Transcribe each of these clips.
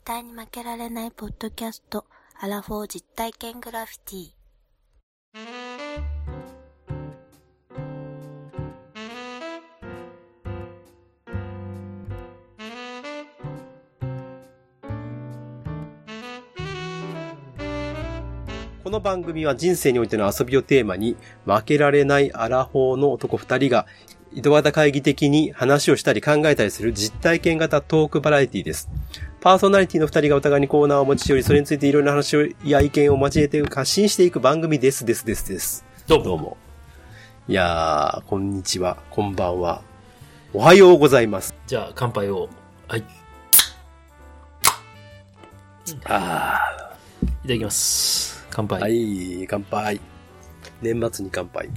対に負けられないポッドキャスト、アラフォー実体験グラフィティ。 この番組は人生においての遊びをテーマに、負けられないアラフォーの男2人が井戸端会議的に話をしたり考えたりする実体験型トークバラエティです。パーソナリティの2人がお互いにコーナーを持ち寄り、それについていろいろな話や意見を交えて発信していく番組です。どうも。いやー、こんにちは、こんばんは。おはようございます。 じゃあ乾杯を。はい。いただきます。乾杯。 はい、乾杯。年末に乾杯。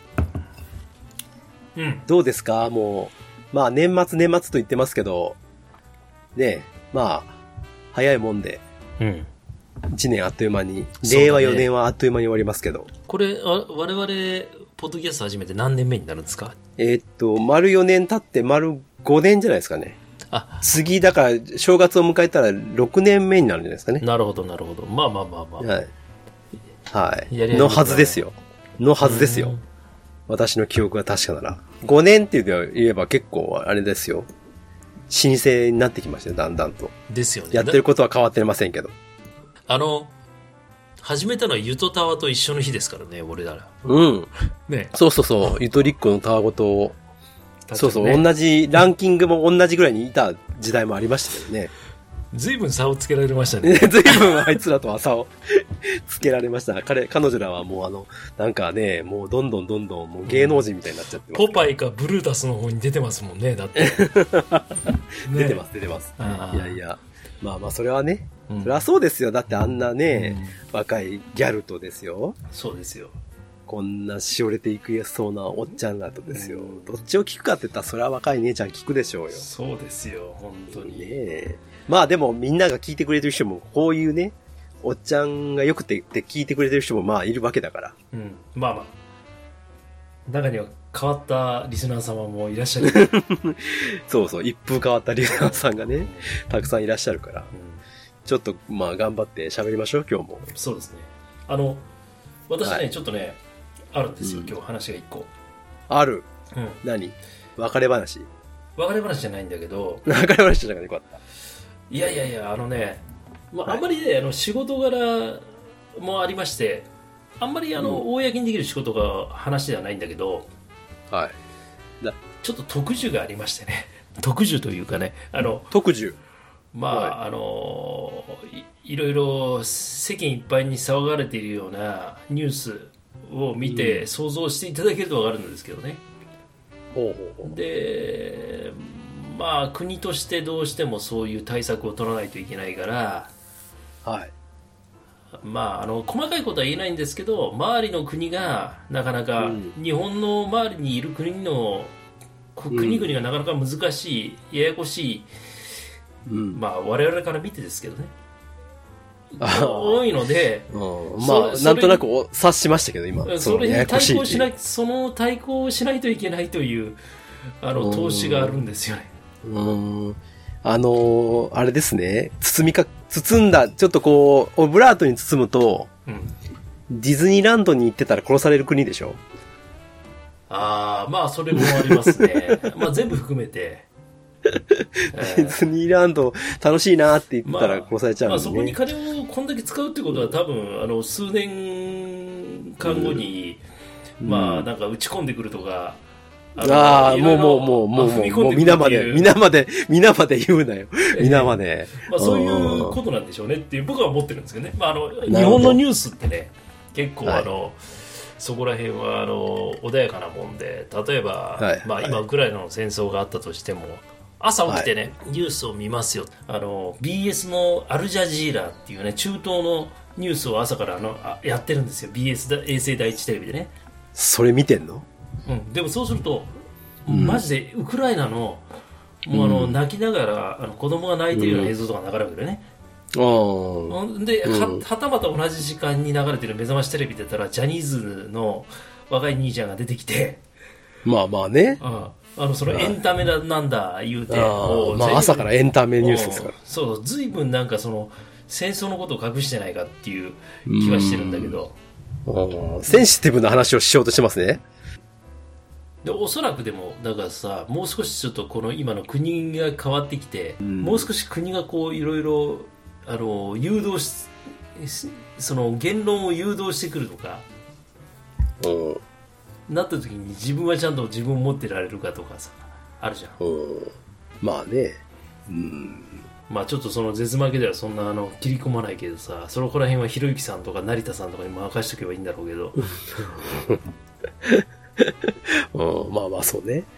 うん。 どうですか？もう、まあ年末と言ってますけど、ねえ、まあ、早いもんで、1年あっという間に、令和4年はあっという間に終わりますけど。 これ、我々、ポッドキャスト始めて何年目になるんですか？ 丸4年経って丸5年じゃないですかね。 あ、 次、だから、正月を迎えたら6年目になるんじゃないですかね。 なるほど。まあ。 はい。はい。のはずですよ。私の記憶が確かなら。5年って言えば結構あれですよ。老舗になってきましたよ、だんだんと。 ですよね。 やってることは変わってませんけど。 始めたのはゆとたわと一緒の日ですからね、俺ら。 うん。 ね。 そう。ゆとりっ子のたわごと、 ね、 そう、同じ、ランキングも同じぐらいにいた時代もありましたけどね。 ずいぶん差をつけられましたね。 ずいぶんあいつらとは差をつけられました。彼女らはもうなんかね、もうどんどんもう芸能人みたいになっちゃってます。 ポパイかブルータスの方に出てますもんね、だって。 出てます。いや。まあそれはね、それはそうですよ。だってあんなね、若いギャルとですよ。 そうですよ。 こんなしおれていくそうなおっちゃんらとですよ。どっちを聞くかって言ったらそれは若い姉ちゃん聞くでしょうよ。 そうですよ、本当に。 ねまあでもみんなが聞いてくれてる人もこういうね、おっちゃんがよくてって聞いてくれてる人もまあいるわけだから。 まあ。中には変わったリスナー様もいらっしゃる。 そう、一風変わったリスナーさんがね、たくさんいらっしゃるから。ちょっとまあ頑張って喋りましょう、今日も。 そうですね。私ね、ちょっとね、あるんですよ、今日話が一個。 ある。何？別れ話じゃないんだけど。 別れ話じゃなくてよかった。 いや、あんまりね、仕事柄もありまして、あんまり公にできる仕事が話ではないんだけど、 はい。 ちょっと特需がありましてね。特需というかね、 特需。 まあ、いろいろ世間いっぱいに騒がれているようなニュースを見て想像していただけると分かるんですけどね。で、まあ国としてどうしてもそういう対策を取らないといけないから、 はい。 まあ細かいことは言えないんですけど、周りの国がなかなか、日本の周りにいる国々がなかなか難しい、ややこしい、まあ我々から見てですけどね。多いので、 まあなんとなく察しましたけど今。 それに対抗しない、その対抗をしないといけないという投資があるんですよね。 あれですね。包んだ、ちょっとこう、オブラートに包むと、ディズニーランドに行ってたら殺される国でしょ？ まあ、それもありますね。まあ、全部含めて。 ディズニーランド楽しいなって言ったら殺されちゃうんでね。 そこに金をこんだけ使うってことは多分、数年間後に、まあ、なんか打ち込んでくるとか、 もう、皆まで言うなよ。皆まで。 まあ、そういうことなんでしょうねっていう、僕は思ってるんですけどね。まあ、日本のニュースってね、結構そこら辺は穏やかなもんで、例えば、まあ、今ウクライナの戦争があったとしても、朝起きてね、ニュースを見ますよ。BS のアルジャジーラっていうね、中東のニュースを朝からやってるんですよ。BS 衛星第一テレビでね。 それ見てんの？ でもそうすると、マジでウクライナのもう泣きながら子供が泣いてるような映像とか流れるわけでね。で、はたまた同じ時間に流れてる目覚ましテレビ出たらジャニーズの若い兄ちゃんが出てきて、 まあね、 そのエンタメだなんだ言うて、 まあ朝からエンタメニュースですから。 そう、随分なんかその戦争のことを隠してないかっていう気はしてるんだけど。 センシティブな話をしようとしてますね。 でおそらくでもだからさ、もう少しちょっとこの今の国が変わってきて、もう少し国がこういろいろ誘導し、その言論を誘導してくるとか、なった時に自分はちゃんと自分を持ってられるかとかさ、あるじゃん。 まあね。 まあちょっとその絶負けではそんな切り込まないけどさ、そこら辺はひろゆきさんとか成田さんとかに任しとけばいいんだろうけど。 まあまあそうね。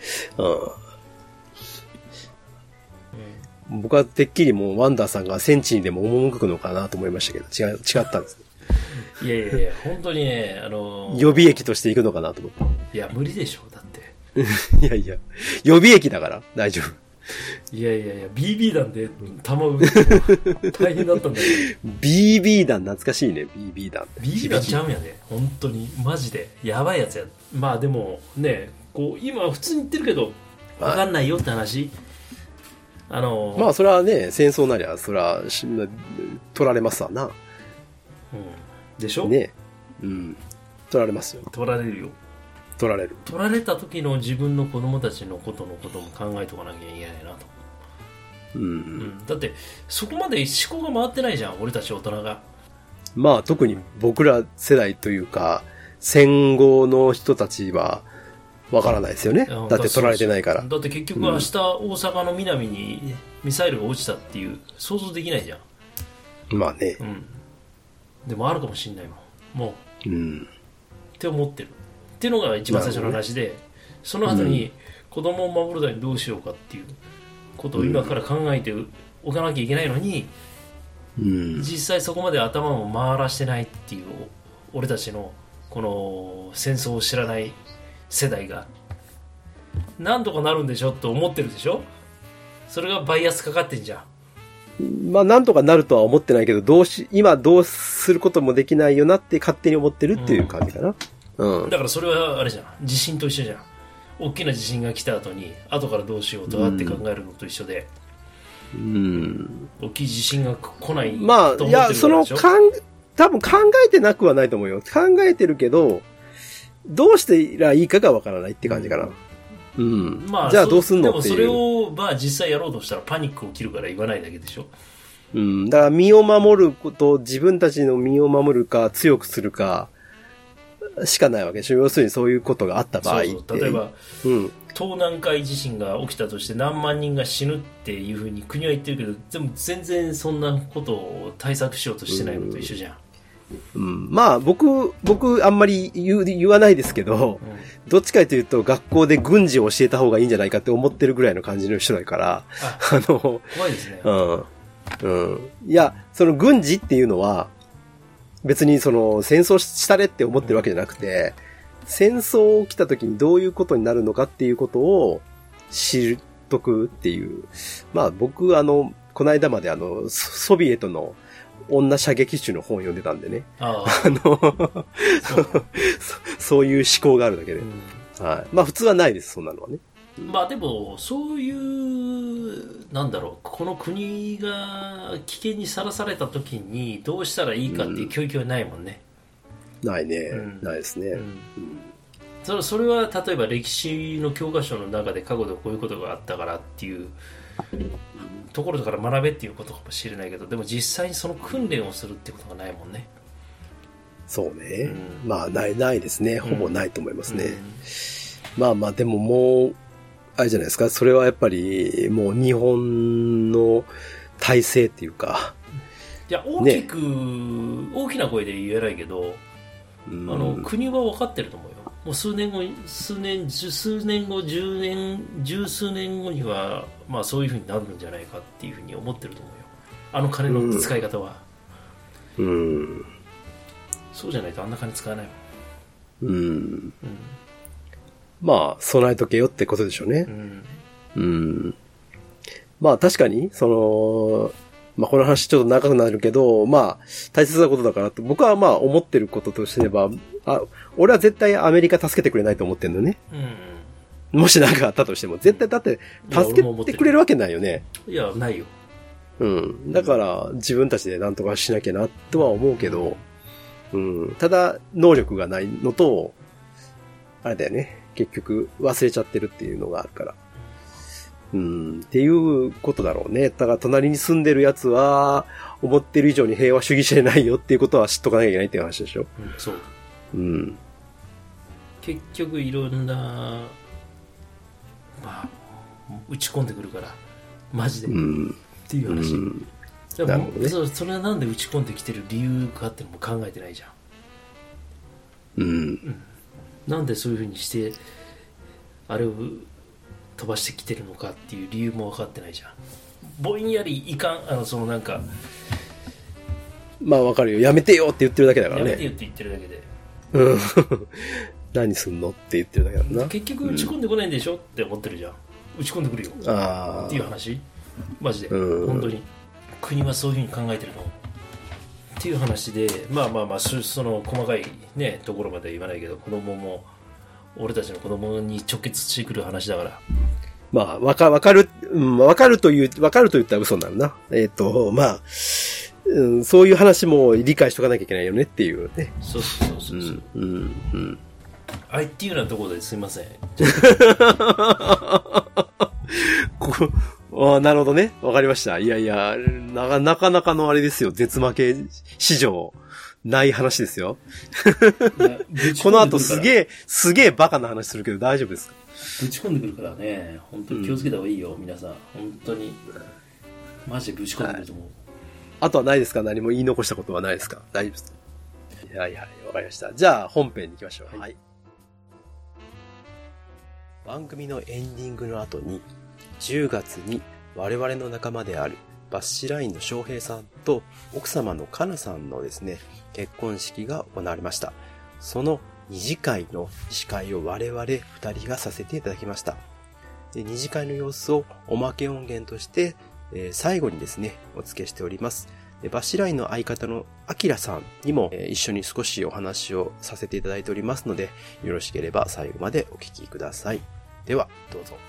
僕はてっきりもうワンダーさんが戦地にでも赴くのかなと思いましたけど、違ったんです。 いやいやいや、本当にね、 予備役として行くのかなと思って。 いや、無理でしょ、だって。 いやいや、予備役だから、大丈夫。 いやいやいや、BB 弾で弾撃って大変だったんだけど。 BB 弾懐かしいね、BB 弾。 BB 弾ちゃうんやね、本当に。マジで。やばいやつや。まあでも、ね、こう、今普通に言ってるけど、わかんないよって話。まあそれはね、戦争なりゃ、それは、取られますわな。 でしょね。取られますよ。 取られるよ。 取られる。 取られた時の自分の子供たちのことも考えとかなきゃいけないなと。だって、そこまで思考が回ってないじゃん、俺たち大人が。 まあ特に僕ら世代というか、戦後の人たちは、わからないですよね。だって取られてないから。 だって結局明日大阪の南にミサイルが落ちたっていう想像できないじゃん。 まあね。 でもあるかもしんないもん。もう。って思ってる。っていうのが一番最初の話で、その後に子供を守るためにどうしようかっていうことを今から考えておかなきゃいけないのに、実際そこまで頭も回らしてないっていう俺たちのこの戦争を知らない世代がなんとかなるんでしょと思ってるでしょ。それがバイアスかかってんじゃん。 まあなんとかなるとは思ってないけど、今どうすることもできないよなって勝手に思ってるっていう感じかな。 だからそれはあれじゃん、地震と一緒じゃん。大きな地震が来た後に後からどうしようとかって考えるのと一緒で、大きい地震が来ないと思ってるからでしょ。まあいや、その多分考えてなくはないと思うよ。考えてるけど、どうしてらいいかがわからないって感じかな。まあ、じゃあどうすんのっていう。 でもそれをまあ実際やろうとしたらパニック起きるから言わないだけでしょ。 だから身を守ること、自分たちの身を守るか強くするかしかないわけでしょ。要するにそういうことがあった場合って。 そう例えば、東南海地震が起きたとして何万人が死ぬっていうふうに国は言ってるけど、でも全然そんなことを対策しようとしてないのと一緒じゃん。 まあ僕あんまり言わないですけど、どっちかというと学校で軍事を教えた方がいいんじゃないかって思ってるぐらいの感じの人だから、 怖いですね。 いや、その軍事っていうのは別にその戦争したれって思ってるわけじゃなくて、戦争起きた時にどういうことになるのかっていうことを知っとくっていう。まあ僕この間までソビエトの女射撃手の本を読んでたんでね。そういう思考があるだけで。はい。まあ普通はないです、そんなのはね。 まあでも、そういう、なんだろう、この国が危険にさらされた時にどうしたらいいかっていう教育はないもんね。 ないね。ないですね。 それは例えば歴史の教科書の中で過去でこういうことがあったからっていうところから学べっていうことかもしれないけど、でも実際にその訓練をするってことがないもんね。 そうね。まあないですね。ほぼないと思いますね。まあまあでももうあれじゃないですか。それはやっぱりもう日本の体制っていうか。 いや大きな声で言えないけど、国は分かってると思うよ。もう数年後、十数年後には、まあそういう風になるんじゃないかっていう風に思ってると思うよ。金の使い方は。そうじゃないとあんな金使わないもん。 まあ、備えとけよってことでしょうね。まあ確かに、まあこの話ちょっと長くなるけど、まあ大切なことだからと僕はまあ思ってることとしてれば、俺は絶対アメリカ助けてくれないと思ってるのね。 もし何かあったとしても、絶対だって、助けてくれるわけないよね。 いや、ないよ。 うん。だから、自分たちで何とかしなきゃな、とは思うけど、うん。ただ、能力がないのと、あれだよね。結局、忘れちゃってるっていうのがあるから。っていうことだろうね。だから、隣に住んでるやつは、思ってる以上に平和主義者じゃないよっていうことは知っとかなきゃいけないっていう話でしょ。 そう。結局、いろんな、打ち込んでくるから、マジで。っていう話。なるほどね。それはなんで打ち込んできてる理由かっていうのも考えてないじゃん。なんでそういうふうにしてあれを飛ばしてきてるのかっていう理由も分かってないじゃん。ぼんやりいかんそのなんかまあ分かるよ。やめてよって言ってるだけだからね。 やめてよって言ってるだけで。 何すんのって言ってるだけだな。 結局打ち込んでこないんでしょって思ってるじゃん。打ち込んでくるよっていう話。マジで本当に国はそういうふうに考えてるのっていう話で、まあその細かいねところまで言わないけど、子供も俺たちの子供に直結してくる話だから。 まあわかると言ったら嘘になるな。まあ、そういう話も理解しとかなきゃいけないよねっていうね。 そう。あいっていうようなところですいません。 なるほどね。わかりました。いや、なかなかのあれですよ。絶負け史上ない話ですよ。この後すげえバカな話するけど大丈夫ですか？ ぶち込んでくるからね。本当に気をつけた方がいいよ、皆さん。本当に。マジでぶち込んでくると思う。 あとはないですか？何も言い残したことはないですか？大丈夫ですか？はい、わかりました。じゃあ本編に行きましょう。はい。番組のエンディングの後に、10月に我々の仲間であるバッシュラインの翔平さんと奥様のかなさんのですね、結婚式が行われました。その二次会の司会を我々2人がさせていただきました。で、二次会の様子をおまけ音源として、最後にですね、お付けしております。で、バッシュラインの相方のアキラさんにも、一緒に少しお話をさせていただいておりますので、よろしければ最後までお聞きください。では、どうぞ。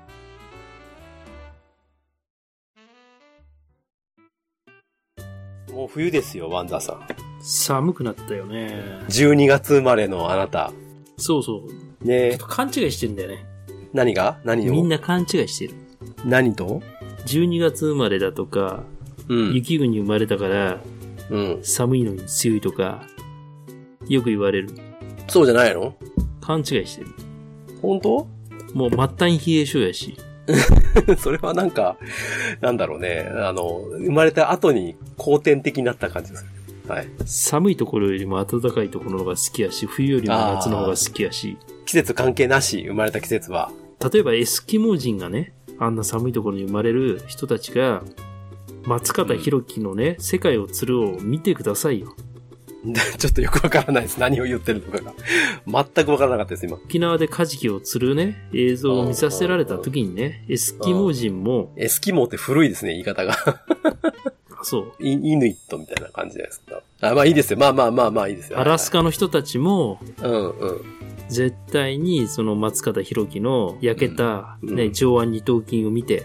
もう冬ですよ、ワンダーさん。 寒くなったよね。 12月生まれのあなた。 そう。 ねえ。 ちょっと勘違いしてんだよね。 何をみんな勘違いしてる。 何と ?12 月生まれだとか、雪国に生まれたから、寒いのに強いとか、よく言われる。 そうじゃないの？ 勘違いしてる。 本当？ もう末端に冷え性やし。 それはなんか、なんだろうね。生まれた後に後天的になった感じでする。はい。 寒いところよりも暖かいところの方が好きやし、冬よりも夏の方が好きやし。 季節関係なし、生まれた季節は。 例えばエスキモ人がね、あんな寒いところに生まれる人たちが、松方弘樹のね、世界を釣るを見てくださいよ。 ちょっとよくわからないです。何を言ってるのかが。全くわからなかったです、今。 沖縄でカジキを釣るね、映像を見させられた時にね、エスキモ人も。 エスキモって古いですね、言い方が。 そう。 イヌイットみたいな感じじゃないですか。まあいいですよ。まあいいですよ。 アラスカの人たちも、絶対にその松方弘樹の焼けた、ね、上腕二頭筋を見て、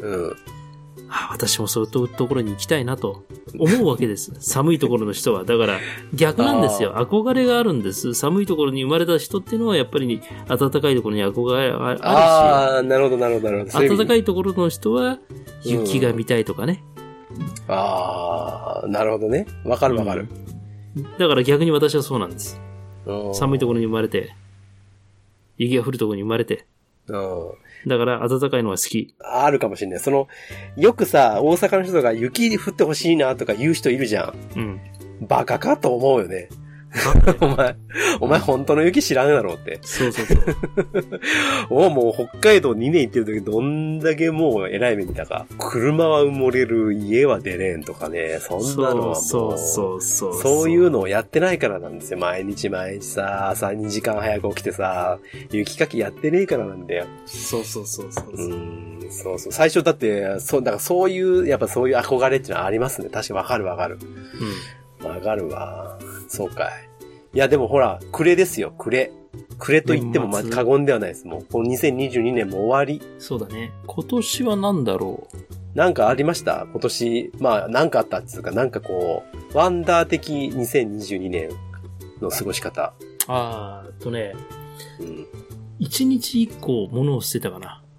私もそういうところに行きたいなと思うわけです。寒いところの人は。だから逆なんですよ。憧れがあるんです。寒いところに生まれた人っていうのはやっぱり暖かいところに憧れがあるし。 なるほど。 暖かいところの人は雪が見たいとかね。 なるほどね。わかる。 だから逆に私はそうなんです。寒いところに生まれて、雪が降るところに生まれて。だから暖かいのが好き。 あるかもしれない。よくさ、大阪の人が雪降ってほしいなとか言う人いるじゃん。バカかと思うよね。お前本当の雪知らんだろうって。 そう。 もう北海道2年行ってる時どんだけもう偉い目見たか。車は埋もれる、家は出れんとかね。そんなのはもう。そういうのをやってないからなんですよ。毎日さ、朝2時間早く起きてさ、雪かきやってねえからなんだよ。 そう。 最初だって、だからそういう、やっぱそういう憧れっていうのはありますね。確かわかる。わかるわ。そうかい。いやでもほら、暮れですよ、暮れ。 暮れと言っても過言ではないです。もう、この2022年も終わり。 そうだね。今年は何だろう。 なんかありました今年。まあ、なんかあったっていうか、なんかこう、ワンダー的2022年の過ごし方。 ね。1日1個物を捨てたかな。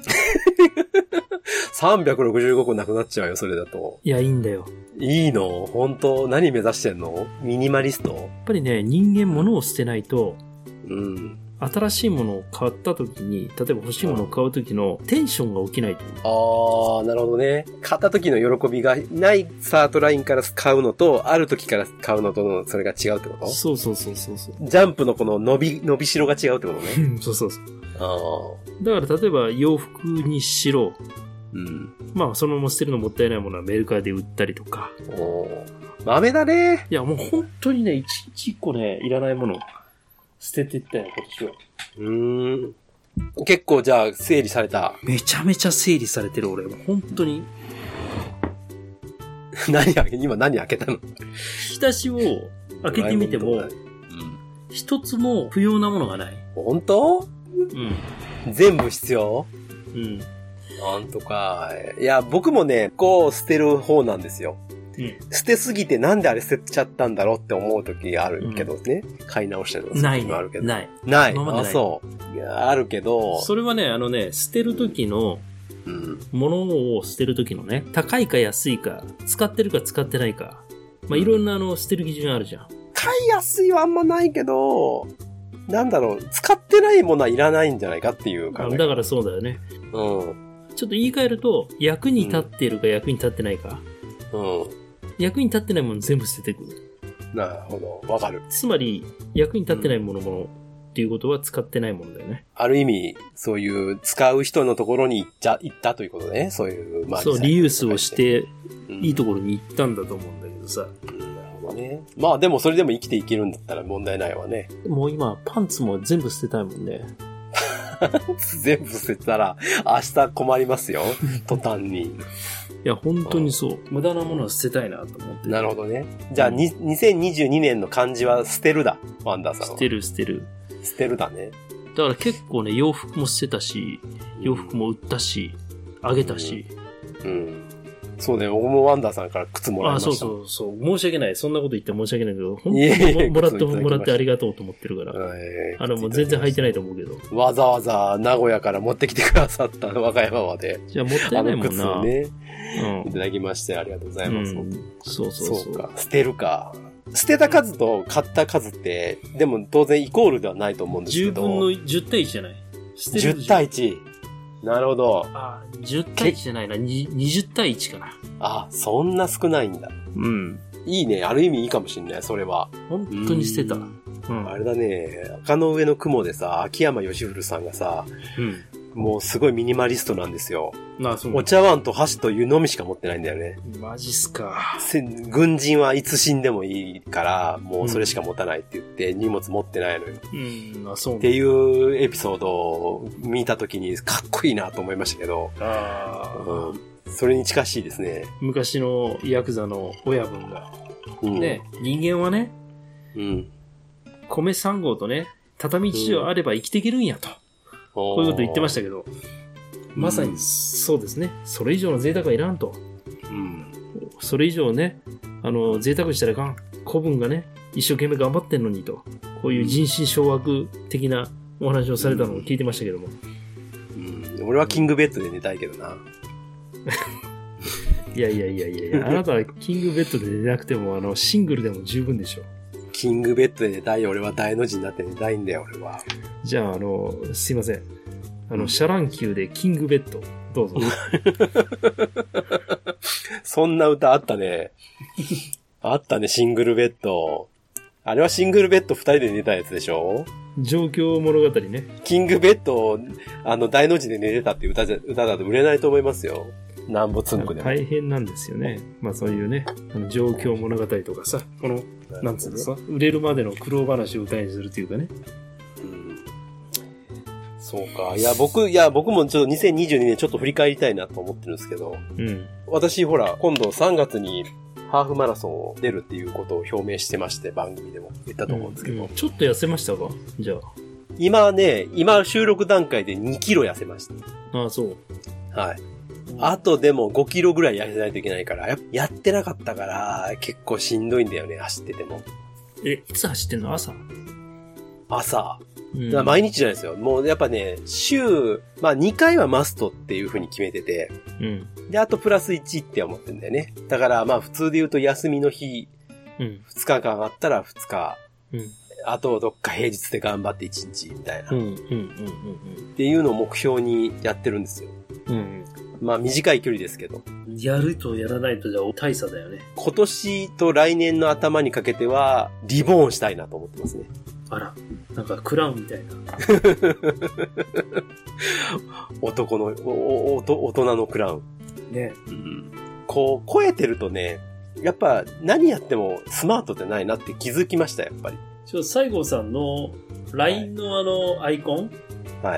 365個なくなっちゃうよ、それだと。 いや、いいんだよ。 いいの？本当？何目指してんの？ミニマリスト？ やっぱりね、人間物を捨てないと、新しいものを買った時に、例えば欲しいものを買う時のテンションが起きないと。 なるほどね。買った時の喜びがないスタートラインから買うのと、ある時から買うのとの、それが違うってこと？ そう。ジャンプのこの伸びしろが違うってことね。 そう。だから例えば洋服にしろ、まあそのまま捨てるのもったいないものはメルカリで売ったりとか。 豆だね。 いやもう本当にね、一日一個ね、いらないもの捨てていったよ、今年は。結構じゃあ整理された。 めちゃめちゃ整理されてる俺。本当に。 今何開けたの？引き出しを開けてみても、一つも不要なものがない。 本当？全部必要？なんとか。いや、僕もね、こう捨てる方なんですよ。捨てすぎてなんであれ捨てちゃったんだろうって思う時あるけどね。買い直してるのもあるけど。ない。あ、そう。いや、あるけど。 それはね、捨てる時の、物を捨てる時のね、高いか安いか、使ってるか使ってないか。まあ、いろんな捨てる基準あるじゃん。 買いやすいはあんまないけど、なんだろう、使ってないものはいらないんじゃないかっていう考え。 だからそうだよね。ちょっと言い換えると、役に立っているか役に立ってないか。役に立ってないもの全部捨ててくる。 なるほど。わかる。 つまり、役に立ってないものっていうことは使ってないものだよね。 ある意味、そういう使う人のところに行ったということね。そういう、 まあ、そう、リユースをして、いいところに行ったんだと思うんだけどさ。 なるほどね。まあでもそれでも生きていけるんだったら問題ないわね。 もう今、パンツも全部捨てたいもんね。 全部捨てたら、明日困りますよ。途端に。 いや、本当にそう。無駄なものは捨てたいなと思って。 なるほどね。じゃあ、2022年の漢字は捨てるだ。ワンダーさんは。 捨てる。捨てるだね。 だから結構ね、洋服も捨てたし、洋服も売ったし、あげたし。 そうね、僕もワンダーさんから靴もらいました。 そう。申し訳ない。そんなこと言って申し訳ないけど、本当にもらってありがとうと思ってるから。もう全然履いてないと思うけど。 わざわざ名古屋から持ってきてくださった和歌山まで。 じゃあもったいないもんな。 靴をね、いただきましてありがとうございます。そうか。捨てるか。捨てた数と買った数って、でも当然イコールではないと思うんですけど。 10分の10対1じゃない？ 10対1。なるほど。 10対1じゃないな。20対1かな。 そんな少ないんだ。いいね。ある意味いいかもしんない、それは。 本当に捨てた。 あれだね。赤の上の雲でさ、秋山義古さんがさ、もうすごいミニマリストなんですよ。お茶碗と箸と湯飲みしか持ってないんだよね。 マジっすか。 軍人はいつ死んでもいいから、もうそれしか持たないって言って、荷物持ってないのよ。 そうっていうエピソードを見たときにかっこいいなと思いましたけど、それに近しいですね。 昔のヤクザの親分が。ね、人間はね、米3合とね、畳1畳あれば生きていけるんやと。こういうこと言ってましたけど、まさにそうですね。それ以上の贅沢はいらんと。それ以上ね、贅沢したらいかん。子分がね、一生懸命頑張ってんのにと。こういう人心掌握的なお話をされたのを聞いてましたけども。 俺はキングベッドで寝たいけどな。 いや、あなたはキングベッドで寝なくても、シングルでも十分でしょう。 キングベッドで寝たい。俺は大の字になって寝たいんだよ、俺は。 じゃあ、すいません。シャランキューでキングベッド、どうぞ。 そんな歌あったね。あったね、シングルベッド。あれはシングルベッド2人で寝たやつでしょ？ 状況物語ね。 キングベッドを、大の字で寝てたっていう歌だと売れないと思いますよ。なんぼつんくでも。 大変なんですよね。まあそういうね、状況物語とかさ、なんつうのさ、売れるまでの苦労話を歌にするっていうかね。 そうか。いや、僕もちょっと2022年ちょっと振り返りたいなと思ってるんですけど、私ほら、今度3月にハーフマラソンを出るっていうことを表明してまして、番組でも言ったと思うんですけど。 ちょっと痩せましたか？じゃあ。 今収録段階で2キロ痩せました。 ああ、そう。 はい。あとでも5キロぐらい痩せないといけないから、やってなかったから、結構しんどいんだよね、走ってても。 いつ走ってんの？朝。 だから毎日じゃないですよ。もうやっぱね、2回はマストっていう風に決めてて、うん。で、あとプラス1って思ってんだよね。だから普通で言うと休みの日、うん。2日間あったら2日、うん。あとどっか平日で頑張って1日みたいな。うん。っていうのを目標にやってるんですよ。うん。短い距離ですけど。 やるとやらないとじゃ大差だよね。 今年と来年の頭にかけては、リボーンしたいなと思ってますね。 あら、なんかクラウンみたいな。 大人のクラウン。ね。うん。こう、超えてるとね、やっぱ何やってもスマートってないなって気づきました、やっぱり。 西郷さんの LINE のアイコン、 はい。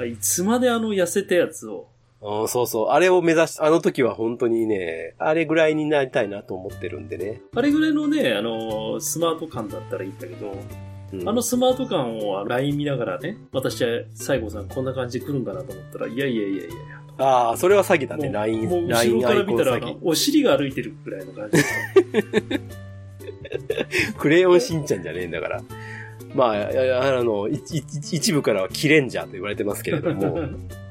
いつまで痩せたやつを。 そうそう。あれを目指し、あの時は本当にね、あれぐらいになりたいなと思ってるんでね。 あれぐらいのね、スマート感だったらいいんだけど、うん、スマート感を LINE 見ながらね、私は西郷さんこんな感じで来るんかなと思ったら、いや。 ああ、それは詐欺だね、LINE。 もう後ろから見たら、お尻が歩いてるぐらいの感じですクレヨンしんちゃんじゃねえんだから。一部からはキレンジャーと言われてますけれども。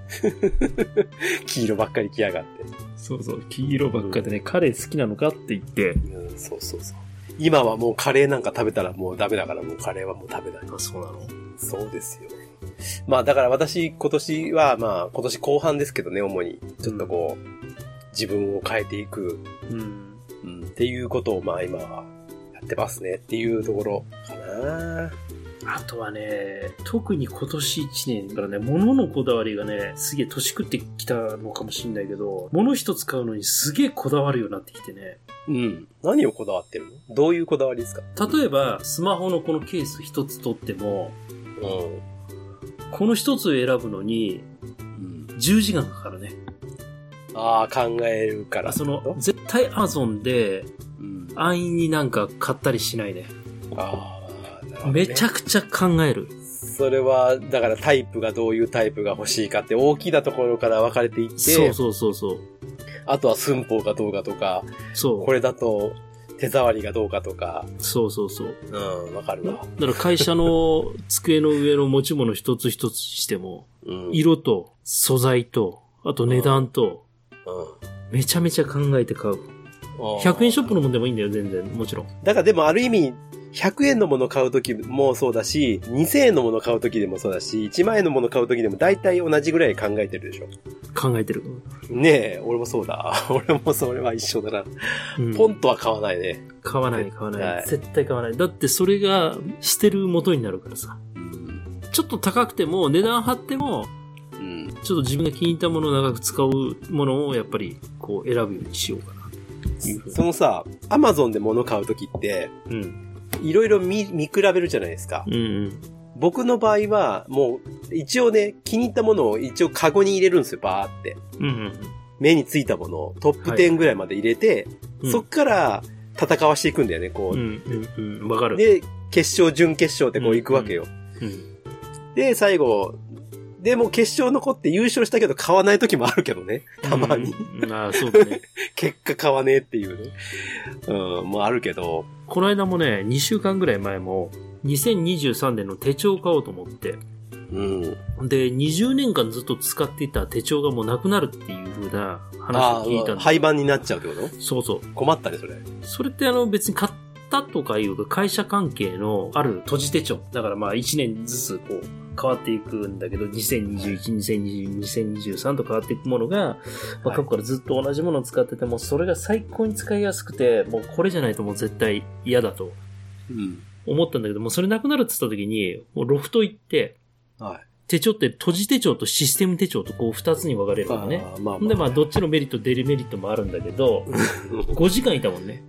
黄色ばっかり来やがって。 そう、黄色ばっかりでね、カレー好きなのかって言って。 そう。今はもうカレーなんか食べたらもうダメだから、もうカレーはもう食べない。 あ、そうなの？ そうですよ。だから私、今年は今年後半ですけどね、主に。ちょっとこう、自分を変えていく。っていうことを今はやってますねっていうところかな。 あとはね、特に今年1年からね、物のこだわりがね、すげえ年食ってきたのかもしれないけど、物一つ買うのにすげえこだわるようになってきてね。 うん。何をこだわってるの？どういうこだわりですか？ 例えば、スマホのこのケース一つ取っても、この一つを選ぶのに、10時間かかるね。 ああ、考えるから。 絶対 Amazon で、安易になんか買ったりしないね。めちゃくちゃ考える。 それは、だからタイプがどういうタイプが欲しいかって大きなところから分かれていって。 そう。 あとは寸法がどうかとか。そう。これだと手触りがどうかとか。 そう。 わかるわ。 だから会社の机の上の持ち物一つ一つしても、色と素材と、あと値段と、めちゃめちゃ考えて買う。100円ショップのもんでもいいんだよ、全然。もちろん。 だからでもある意味、100円のもの買うときもそうだし、2000円のもの買うときでもそうだし、1万円のもの買うときでも大体同じぐらい考えてるでしょ。 考えてる。 ねえ、俺もそうだ。俺もそれは一緒だな。ポンとは買わないね。 買わない。絶対買わない。だってそれが捨てる元になるからさ。ちょっと高くても、値段張っても、ちょっと自分が気に入ったものを長く使うものをやっぱりこう選ぶようにしようかな。 そのさ、Amazon で物買うときって、いろいろ見比べるじゃないですか。僕の場合は、もう、一応ね、気に入ったものを一応カゴに入れるんですよ、バーって。目についたものをトップ10ぐらいまで入れて、そっから戦わしていくんだよね、こう。わかる。 で、決勝、準決勝ってこう行くわけよ。で、最後、でも決勝残って優勝したけど買わない時もあるけどね。たまに。 そうだね。 結果買わねえっていうね。もうあるけど。 この間もね、2週間ぐらい前も、2023年の手帳を買おうと思って。で、20年間ずっと使っていた手帳がもうなくなるっていう風な話を聞いたんです。 廃盤になっちゃうってこと？ そう。 困ったね、それ。 それって別に買ったとかいう会社関係のある閉じ手帳。だから1年ずつこう、変わっていくんだけど、2021、2022、2023と変わっていくものが、過去からずっと同じものを使ってても、それが最高に使いやすくて、もうこれじゃないともう絶対嫌だと思ったんだけども、それなくなるって言った時に、もうロフト行って、手帳って閉じ手帳とシステム手帳とこう2つに分かれるのね。で、どっちのメリット、デメリットもあるんだけど、5時間いたもんね。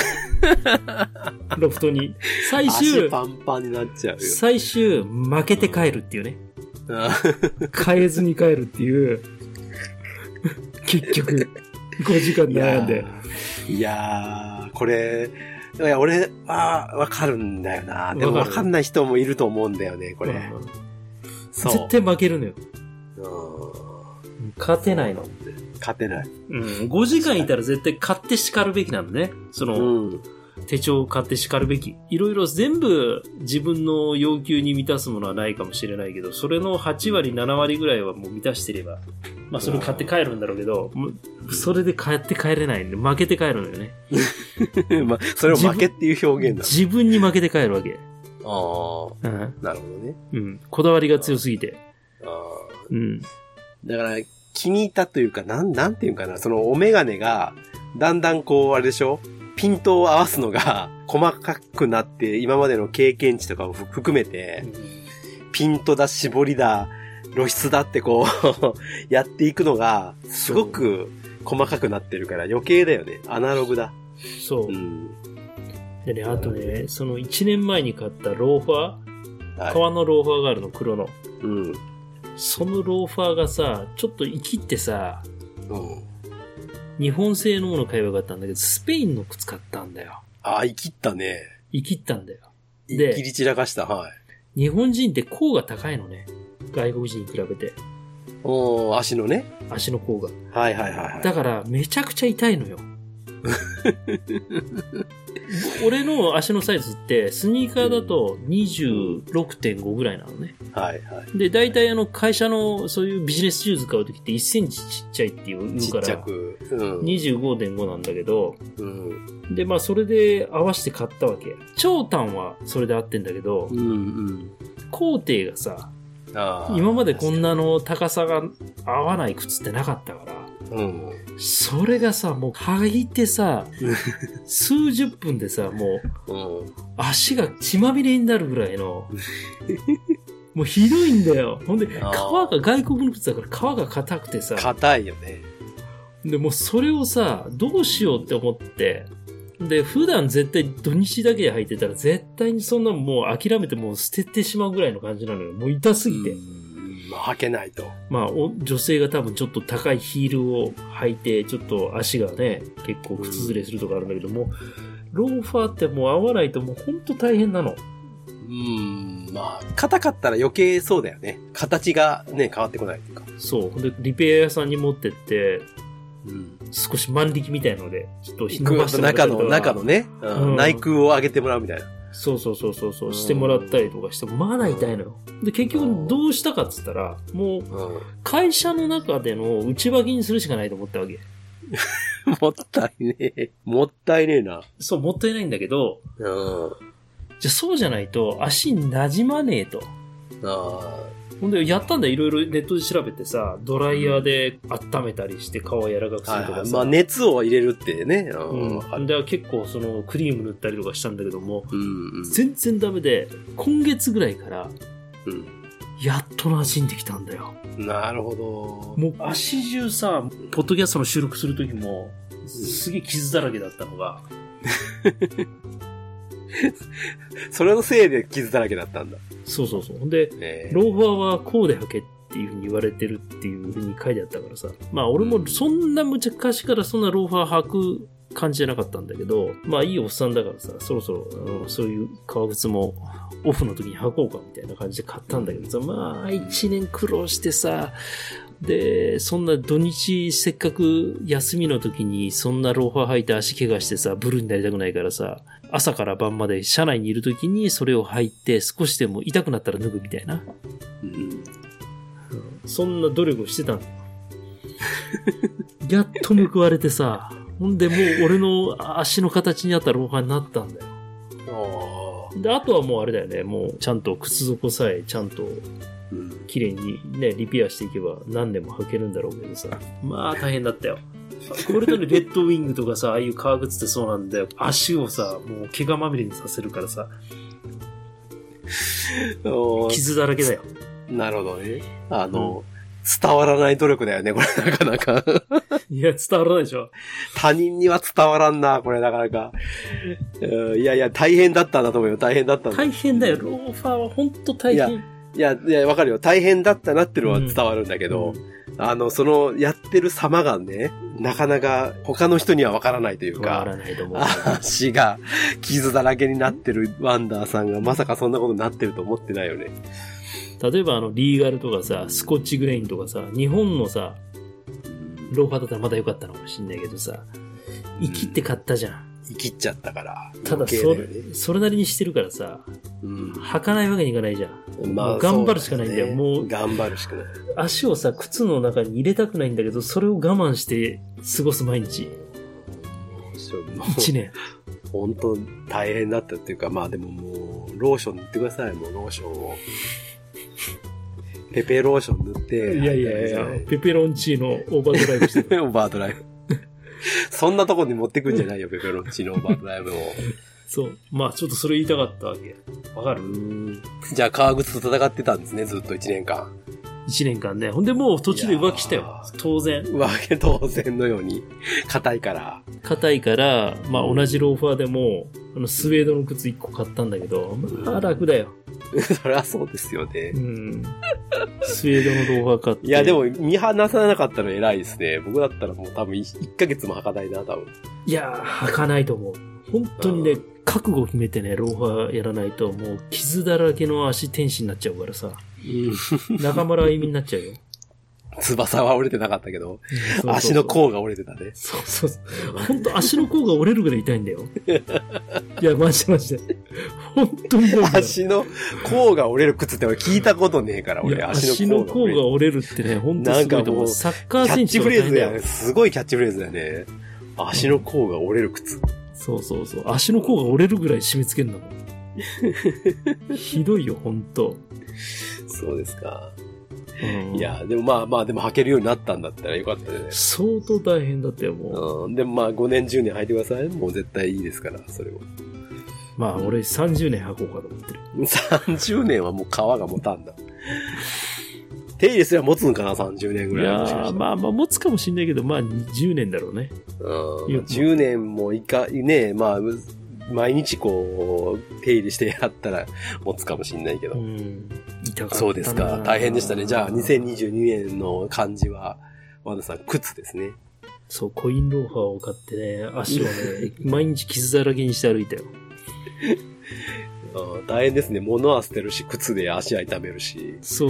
ロフトに。最終、 足パンパンになっちゃうよ。 最終、負けて帰るっていうね。変えずに帰るっていう。結局、5時間悩んで。 いやー、これ、 いや、俺はわかるんだよな。でもわかんない人もいると思うんだよね、これ。 そう。絶対負けるのよ。勝てないの。 勝てない。 5時間いたら絶対買って叱るべきなのね。手帳を買って叱るべき。いろいろ全部自分の要求に満たすものはないかもしれないけど、それの8割、7割ぐらいはもう満たしてれば、まあそれを買って帰るんだろうけど、それで買って帰れないんで、負けて帰るのよね。 まあ、それを負けっていう表現だ。 自分に負けて帰るわけ。 なるほどね。 こだわりが強すぎて。 だから、気に入ったというか、なんていうかな、そのお眼鏡が、だんだんこう、あれでしょ？ピントを合わすのが細かくなって、今までの経験値とかを含めて、ピントだ、絞りだ、露出だってこう、やっていくのが、すごく細かくなってるから余計だよね。アナログだ。 そう。でね、あとね、その1年前に買ったローファー、革のローファーがあるの、黒の。そのローファーがさ、ちょっと生きってさ、日本製のもの買えばよかったんだけど、スペインの靴買ったんだよ。 生きったね。 生きったんだよ。 で、切り散らかした、はい。 日本人って甲が高いのね。外国人に比べて。 足のね。 足の甲が。 はいはいはい。 だから、めちゃくちゃ痛いのよ。俺の足のサイズってスニーカーだと 26.5 ぐらいなのね。 はいはい。 で、大体会社のそういうビジネスシューズ買うときって1センチちっちゃいって言うから、 ちっちゃく、 25.5 なんだけど、で、まあそれで合わせて買ったわけ。長短はそれで合ってんだけど、工程がさ、今までこんなの高さが合わない靴ってなかったから、それがさ、もう履いてさ、数十分でさ、もう、足が血まみれになるぐらいの、もうひどいんだよ。ほんで、革が外国の靴だから革が硬くてさ。 硬いよね。 で、もうそれをさ、どうしようって思って、で、普段絶対土日だけで履いてたら絶対にそんなもう諦めてもう捨ててしまうぐらいの感じなのよ。もう痛すぎて。 履けないと。 まあ、女性が多分ちょっと高いヒールを履いて、ちょっと足がね、結構靴ずれするとかあるんだけども、ローファーってもう合わないともうほんと大変なの。 まあ、硬かったら余計そうだよね。形がね、変わってこないというか。 そう。で、リペア屋さんに持ってって、少し万力みたいので、ちょっと伸ばしてもらったりとか。 中のね、内空を上げてもらうみたいな。 そう、してもらったりとかして、まだ痛いのよ。で、結局どうしたかっつったら、もう、会社の中での内履きにするしかないと思ったわけ。 もったいねえ。もったいねえな。 そう、もったいないんだけど、じゃあそうじゃないと足に馴染まねえと。ほんで、やったんだよ。いろいろネットで調べてさ、ドライヤーで温めたりして皮を柔らかくするとかさ。 まあ熱を入れるってね。 で、結構クリーム塗ったりとかしたんだけども、全然ダメで、今月ぐらいから、やっと馴染んできたんだよ。 なるほど。 もう足中さ、ポッドキャストの収録するときも、すげえ傷だらけだったのが。 それのせいで傷だらけだったんだ。 そう。ほんで、ローファーはこうで履けっていう風に言われてるっていう風に書いてあったからさ。まあ俺もそんな昔からそんなローファー履く感じじゃなかったんだけど、まあいいおっさんだからさ、そろそろそういう革靴もオフの時に履こうかみたいな感じで買ったんだけどさ、まあ1年苦労してさ、で、そんな土日せっかく休みの時にそんなローファー履いて足怪我してさ、ブルーになりたくないからさ、朝から晩まで車内にいる時にそれを履いて少しでも痛くなったら脱ぐみたいな。そんな努力をしてたんだよ。やっと報われてさ、ほんでもう俺の足の形に合ったローファーになったんだよ。で、あとはもうあれだよね、もうちゃんと靴底さえちゃんと綺麗にね、リペアしていけば何年も履けるんだろうけどさ。まあ大変だったよ。これとね、レッドウィングとかさ、ああいう革靴ってそうなんだよ。足をさ、もう怪我まみれにさせるからさ。傷だらけだよ。 なるほどね。伝わらない努力だよね、これなかなか。 いや、伝わらないでしょ。 他人には伝わらんな、これなかなか。いや、大変だったんだと思うよ、大変だったんだ。 大変だよ、ローファーはほんと大変。 いや、わかるよ。大変だったなってのは伝わるんだけど、 その、やってる様がね、なかなか他の人にはわからないというか、 わからないと思う。 足が傷だらけになってるワンダーさんがまさかそんなことになってると思ってないよね。 例えばリーガルとかさ、スコッチグレインとかさ、日本のさ、ローファーだったらまだ良かったのかもしんないけどさ、生きって買ったじゃん。 生きっちゃったから。 ただそれなりにしてるからさ、履かないわけにいかないじゃん。 まあ、 頑張るしかないんだよ。 ね、 もう。 頑張るしかない。 足をさ、靴の中に入れたくないんだけど、それを我慢して過ごす毎日。1年。 本当大変だったっていうか、まあでももう、ローション塗ってください、もうローションを。ペペローション塗って。 いや、ペペロンチーノオーバードライブしてる。 オーバードライブ。そんなとこに持ってくんじゃないよ、ペペロンチーノオーバードライブを。 そう。まあちょっとそれ言いたかったわけ。わかる？ じゃあ革靴と戦ってたんですね、ずっと1年間。 1年間ね。ほんでもう途中で浮気したよ。当然。 浮気当然のように。硬いから。 まあ同じローファーでも、スウェードの靴1個買ったんだけど、まあ楽だよ。 そりゃそうですよね。 スウェードのローファー買って。 いやでも見放さなかったの偉いですね。僕だったらもう多分1ヶ月も履かないな、多分。 いやー、履かないと思う。本当にね、覚悟決めてね、ローファーやらないと、もう傷だらけの足天使になっちゃうからさ。中村あゆみになっちゃうよ。 翼は折れてなかったけど、足の甲が折れてたね。 そう。本当足の甲が折れるぐらい痛いんだよ。いや、マジで。本当に痛いんだよ。 足の甲が折れる靴って俺聞いたことねえから、俺。 足の甲が折れるってね、本当すごいと思う。サッカー選手キャッチフレーズだよね。すごいキャッチフレーズだよね。足の甲が折れる靴。 そう。足の甲が折れるぐらい締め付けるんだもん。ひどいよ、本当。 そうですか。いや、でもまあでも履けるようになったんだったらよかったね。 相当大変だったよ、もう。でもまあ5年10年履いてください。もう絶対いいですから、それを。 まあ俺30年履こうかと思ってる。 30年はもう皮が持たんだ。手入れすれば持つんかな、30年ぐらい。 いやまあ持つかもしんないけど、まあ10年だろうね。 10年もね、まあ、毎日こう、手入れしてやったら持つかもしんないけど。そうですか。大変でしたね。じゃあ、2022年の漢字は、ワンダさん、靴ですね。 そう、コインローファーを買ってね、足をね、毎日傷だらけにして歩いたよ。 大変ですね。物は捨てるし、靴で足は痛めるし。 そう。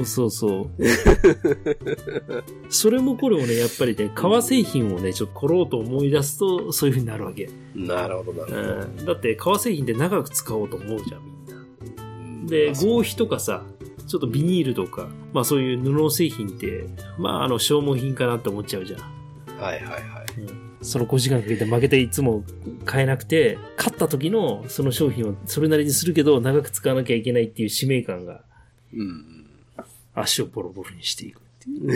それもこれもね、やっぱりね、革製品をね、ちょっと凝ろうと思い出すと、そういう風になるわけ。 なるほど。 だって、革製品って長く使おうと思うじゃん、みんな。で、合皮とかさ、ちょっとビニールとか、まあそういう布製品って、まあ消耗品かなって思っちゃうじゃん。 はい。 その5時間かけて負けていつも買えなくて、勝った時のその商品をそれなりにするけど長く使わなきゃいけないっていう使命感が、足をボロボロにしていくっていう。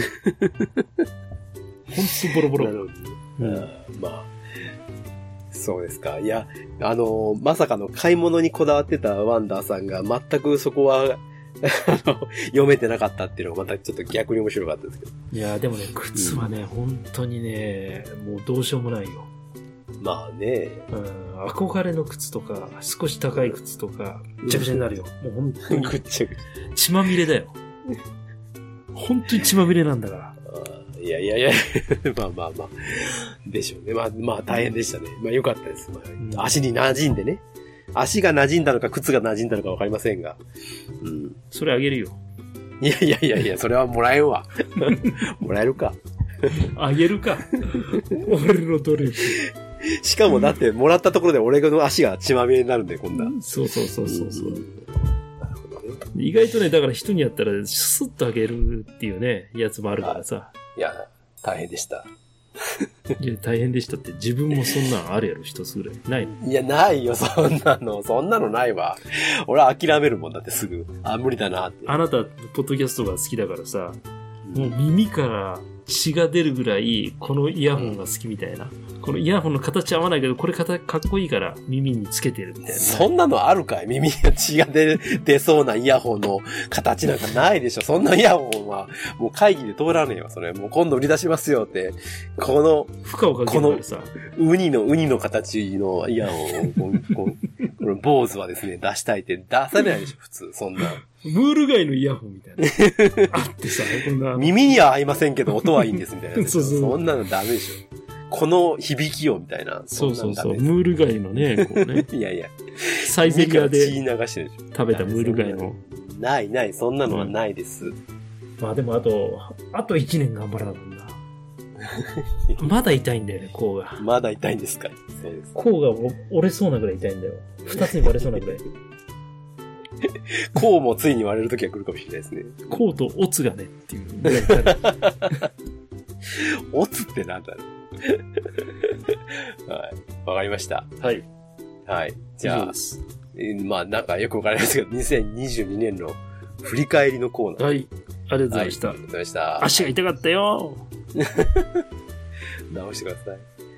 本当ボロボロ。 なるほど。まあ、そうですか。いや、まさかの買い物にこだわってたワンダーさんが全くそこは、読めてなかったっていうのがまたちょっと逆に面白かったですけど。 いや、でもね、靴はね、本当にね、もうどうしようもないよ。 まあね。 憧れの靴とか、少し高い靴とか、ぐちゃぐちゃになるよ。もう本当に。血まみれだよ。本当に血まみれなんだから。 いや。まあ。でしょうね。まあ大変でしたね。まあ良かったです。足に馴染んでね。足が馴染んだのか靴が馴染んだのかわかりませんが。 それあげるよ。 いや、それはもらえんわ。もらえるか。 あげるか。俺の努力。 しかもだってもらったところで俺の足が血まみれになるんで、今度は。 そう。なるほどね。意外とね、だから人にやったらスッとあげるっていうね、やつもあるからさ。 いや、大変でした。 いや、大変でしたって、自分もそんなんあるやろ、一つぐらい。ないの？ いや、ないよ、そんなのないわ。俺は諦めるもんだってすぐ。無理だなって。 あなた、ポッドキャストが好きだからさ、もう耳から血が出るぐらい、このイヤホンが好きみたいな。このイヤホンの形合わないけど、これかっこいいから耳につけてるみたいな。 そんなのあるかい？耳が血が出そうなイヤホンの形なんかないでしょ。そんなイヤホンは、もう会議で通らねえよ、それ。もう今度売り出しますよって。 負荷をかけるからさ。 ウニの形のイヤホンをこの坊主はですね、出したいって出さないでしょ、普通、そんな。 ムール貝のイヤホンみたいな。あってさ、こんな。 耳には合いませんけど、音はいいんですみたいな。 そうそう。 そんなのダメでしょ。この響きをみたいな。 そうそうそう。ムール貝のね、こうね。 いやいや。 サイゼリアで血流してるでしょ。 食べたムール貝の。 ない、そんなのはないです。 まあでもあと1年頑張らなかったんだ。まだ痛いんだよね、甲が。 まだ痛いんですか？そうです。 甲が折れそうなぐらい痛いんだよ。二つに割れそうなぐらい。 甲もついに割れる時は来るかもしれないですね。 甲とオツがねっていうぐらい痛い。 オツってなんだろう。はい。わかりました。 はい。 はい。じゃあ、まあなんかよくわかりますけど、2022年の振り返りのコーナー。 はい。ありがとうございました。 はい、ありがとうございました。 足が痛かったよ。 直してください。はい。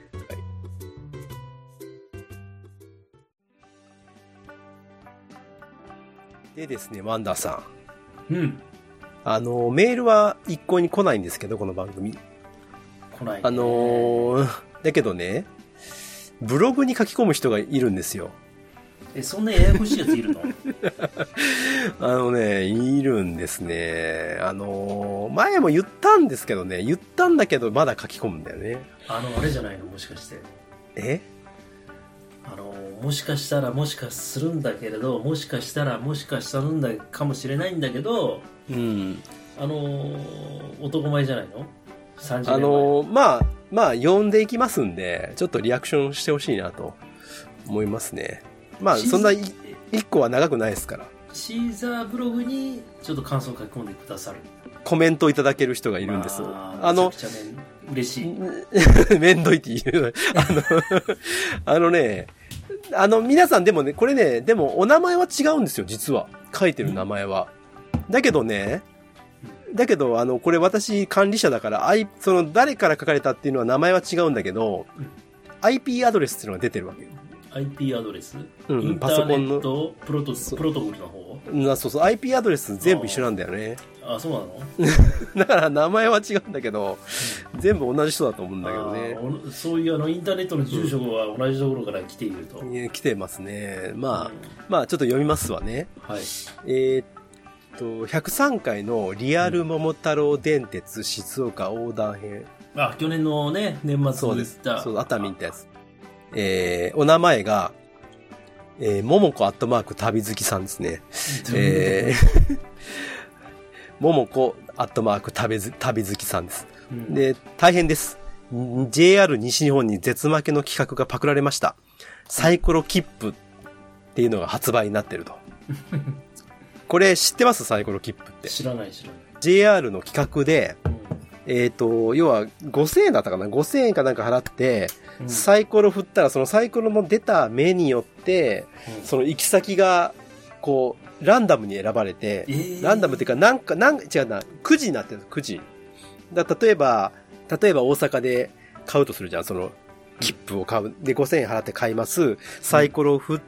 でですね、ワンダーさん。うん。 メールは一向に来ないんですけど、この番組。 来ない、 ね。だけどね、ブログに書き込む人がいるんですよ。 そんなややこしいやついるの？ いるんですね。前も言ったんですけどね、言ったんだけどまだ書き込むんだよね。 あれじゃないの？もしかして。もしかしたらもしかするんだけれど、もしかしたらもしかしたるんだかもしれないんだけど、 うん。 男前じゃないの？30年前。まあ、呼んでいきますんで、ちょっとリアクションしてほしいなと思いますね。まあ、そんな一個は長くないですから。 シーザーブログにちょっと感想を書き込んでくださる。 コメントいただける人がいるんです。めちゃくちゃ嬉しい。 めんどいって言う。皆さんでもね、これね、でもお名前は違うんですよ、実は。書いてる名前は。だけど、これ私管理者だから、誰から書かれたっていうのは名前は違うんだけど、IP アドレスっていうのが出てるわけよ。 IP アドレス？ うん、 インターネットプロトコルの方？ そう、IP アドレス全部一緒なんだよね。 あ、そうなの？ だから名前は違うんだけど、全部同じ人だと思うんだけどね。 そういうインターネットの住所は同じところから来ていると。 来てますね。まあ、ちょっと読みますわね。 はい。 103回のリアル桃太郎電鉄静岡横断編。 去年のね、年末に行った。 そう、熱海行ったやつ。お名前が、ももこ@旅好きさんですね。ももこ@旅好きさんです。で、大変です。JR 西日本に絶負けの企画がパクられました。サイコロ切符っていうのが発売になってると。これ知ってます？サイコロ切符って。 知らない。 JR の企画で、要は5000円だったかな ?5000 円かなんか払って、サイコロ振ったら、そのサイコロの出た目によって、その行き先が、こう、ランダムに選ばれて、ランダムっていうか、違うな、くじになってるんです、くじ。例えば大阪で買うとするじゃん、その、切符を買う。で、5000円払って買います。サイコロを振って、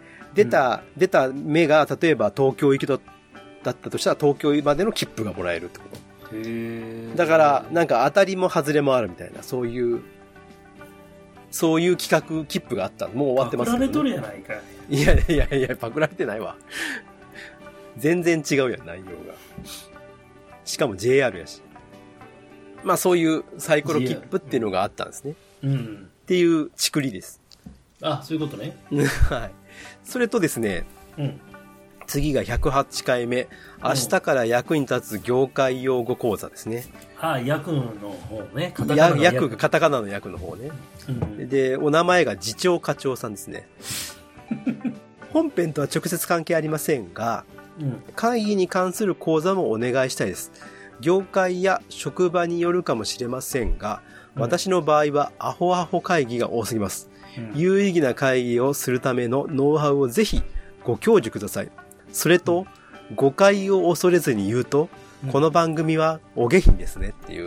出た目が、例えば東京行きだったとしたら、東京までの切符がもらえるってこと。だから、なんか当たりも外れもあるみたいな、そういう企画、切符があった。もう終わってますよね。パクられとるやないかい。 いや、パクられてないわ。全然違うやん、内容が。しかも JR やし。まあそういうサイコロ切符っていうのがあったんですね。っていうちくりです。 あ、そういうことね。 はい。それとですね、次が108回目。明日から役に立つ業界用語講座ですね。 役の方ね。 カタカナの役の方ね。で、お名前が次長課長さんですね。本編とは直接関係ありませんが、会議に関する講座もお願いしたいです。業界や職場によるかもしれませんが、私の場合はアホアホ会議が多すぎます。有意義な会議をするためのノウハウをぜひご教授ください。それと、誤解を恐れずに言うと、この番組はお下品ですねっていう。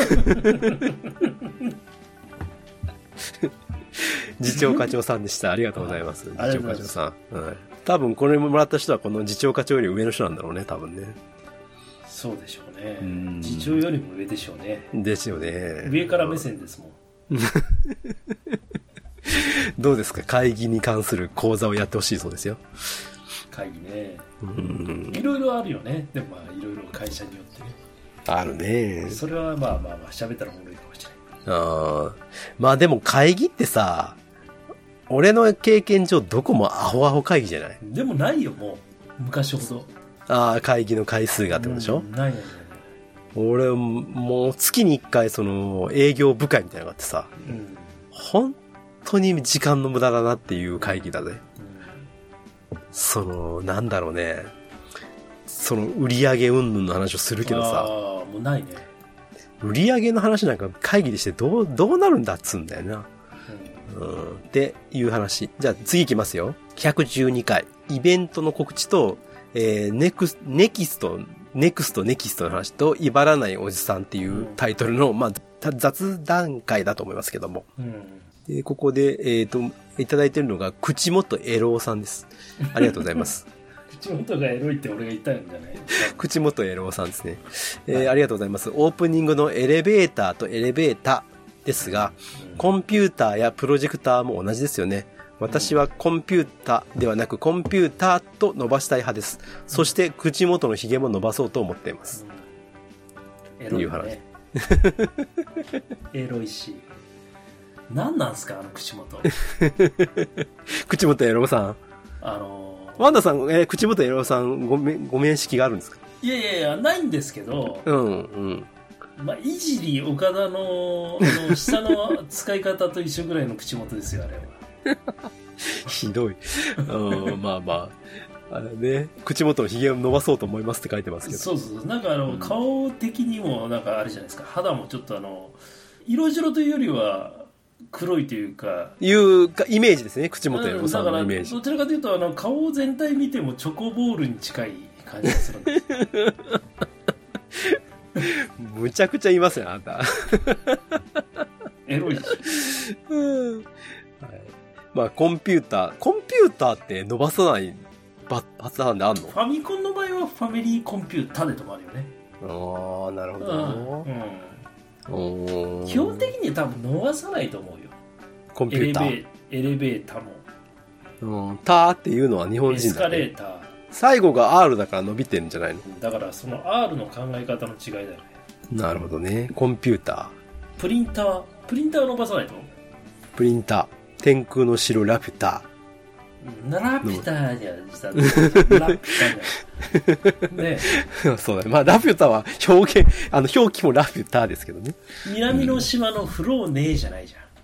次長課長さんでした。ありがとうございます。次長課長さん。多分これもらった人はこの次長課長より上の人なんだろうね、多分ね。 そうでしょうね。次長よりも上でしょうね。 ですよね。 上から目線ですもん。 どうですか？会議に関する講座をやってほしいそうですよ。 会議ね。いろいろあるよね。でもまあいろいろ会社によってね。 あるね。 それはまあ喋ったらおもろいかもしれない。 まあでも会議ってさ、俺の経験上どこもアホアホ会議じゃない？ でもないよ、もう。昔ほど。 会議の回数がってことでしょ？ ない。 俺もう月に1回その営業部会みたいなのがあってさ、本当に時間の無駄だなっていう会議だね。なんだろうね。その売り上げ云々の話をするけどさ。 もうないね。 売り上げの話なんか会議でしてどうなるんだっつうんだよな。っていう話。じゃあ次行きますよ。112回。イベントの告知と、ネクストの話と、威張らないおじさんっていうタイトルの、まあ、雑談会だと思いますけども。ここで、いただいてるのが、口元エローさんです。ありがとうございます。 口元がエロいって俺が言ったんじゃない？ 口元エローさんですね。ありがとうございます。オープニングのエレベーターとエレベータですが、コンピューターやプロジェクターも同じですよね。私はコンピューターではなくコンピューターと伸ばしたい派です。そして口元のヒゲも伸ばそうと思っています。 エロいね。エロいし。何なんすかあの口元。 口元エロさん。ワンダさん、口元エロさんご面識があるんですか？ いやないんですけど。まあ、いじり岡田の下の使い方と一緒ぐらいの口元ですよ、あれは。 ひどい。まあ、あれね、口元のひげを伸ばそうと思いますって書いてますけど。 そう。なんか顔的にもなんかあれじゃないですか。肌もちょっと色白というよりは黒いというか。いうかイメージですね、口元エロさんのイメージ。 どちらかというと顔全体見てもチョコボールに近い感じがするんです。 むちゃくちゃいますよ、あんた。 エロいし。 まあ、コンピューターって伸ばさないパターンであんの？ ファミコンの場合はファミリーコンピューターで止まるよね。 なるほど。 基本的には多分伸ばさないと思うよ。 コンピューター。 エレベーターも。ターっていうのは日本人だ、ね。エスカレーター。 最後が R だから伸びてるんじゃないの？ だからその R の考え方の違いだよね。 なるほどね。コンピューター。 プリンター伸ばさないと？ プリンター。天空の城ラピュタ。 ラピュタじゃん。ラピュタじゃん。ねそうだね。まあラピュタは表記もラピュタですけどね。 南の島のフローねえじゃないじゃん。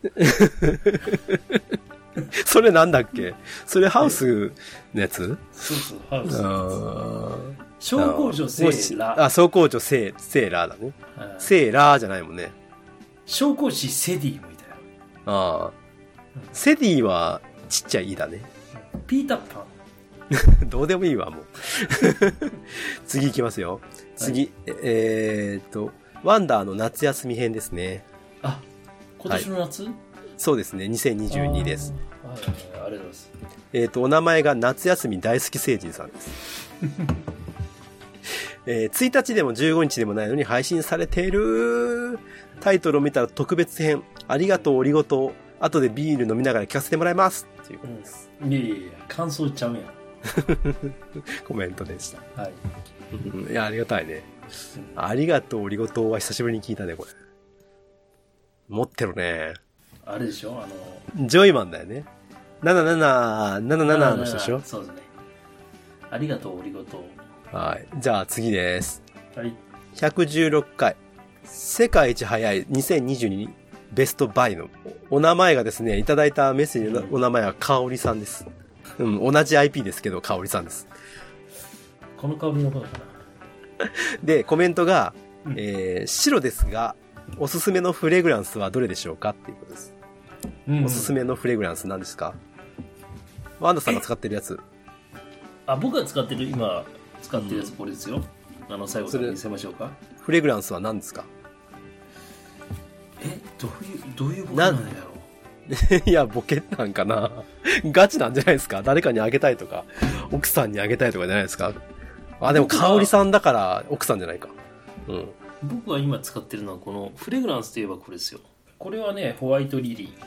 それなんだっけ？それハウスのやつ？ そう、ハウス。小工女セーラー。 小工女セーラーだね。セーラーじゃないもんね。 小工師セディもいたよ。 セディはちっちゃいだね。 ピーターパン。どうでもいいわ、もう。次行きますよ。次、ワンダーの夏休み編ですね。 あ、今年の夏？ そうですね、2022です。 ありがとうございます。 お名前が夏休み大好き成人さんです。1日でも15日でもないのに配信されている。タイトルを見たら特別編。ありがとう、おりごと。後でビール飲みながら聞かせてもらいます。っていうことです。 いや、感想ちゃうやん。 コメントでした。 はい。 いや、ありがたいね。ありがとう、おりごとは久しぶりに聞いたね、これ。持ってるね。 あれでしょジョイマンだよね。77の人でしょ？ そうですね。ありがとう、おりごと。 はい。じゃあ次です。 はい。 116回。世界一早い2022ベストバイのお名前がですね、いただいたメッセージのお名前はかおりさんです。同じ IP ですけど、かおりさんです。 この香りのことかな。 で、コメントが、白ですが、おすすめのフレグランスはどれでしょうかっていうことです。おすすめのフレグランス何ですか？ワンダさんが使ってるやつ。 僕が今使ってるやつこれですよ。最後に見せましょうか。 フレグランスは何ですか？ どういうボケなんやろう？いや、ボケなんかな。ガチなんじゃないですか？誰かにあげたいとか、奥さんにあげたいとかじゃないですか？でも、香織さんだから奥さんじゃないか。 僕が今使ってるのはこのフレグランスといえばこれですよ。これはね、ホワイトリリー。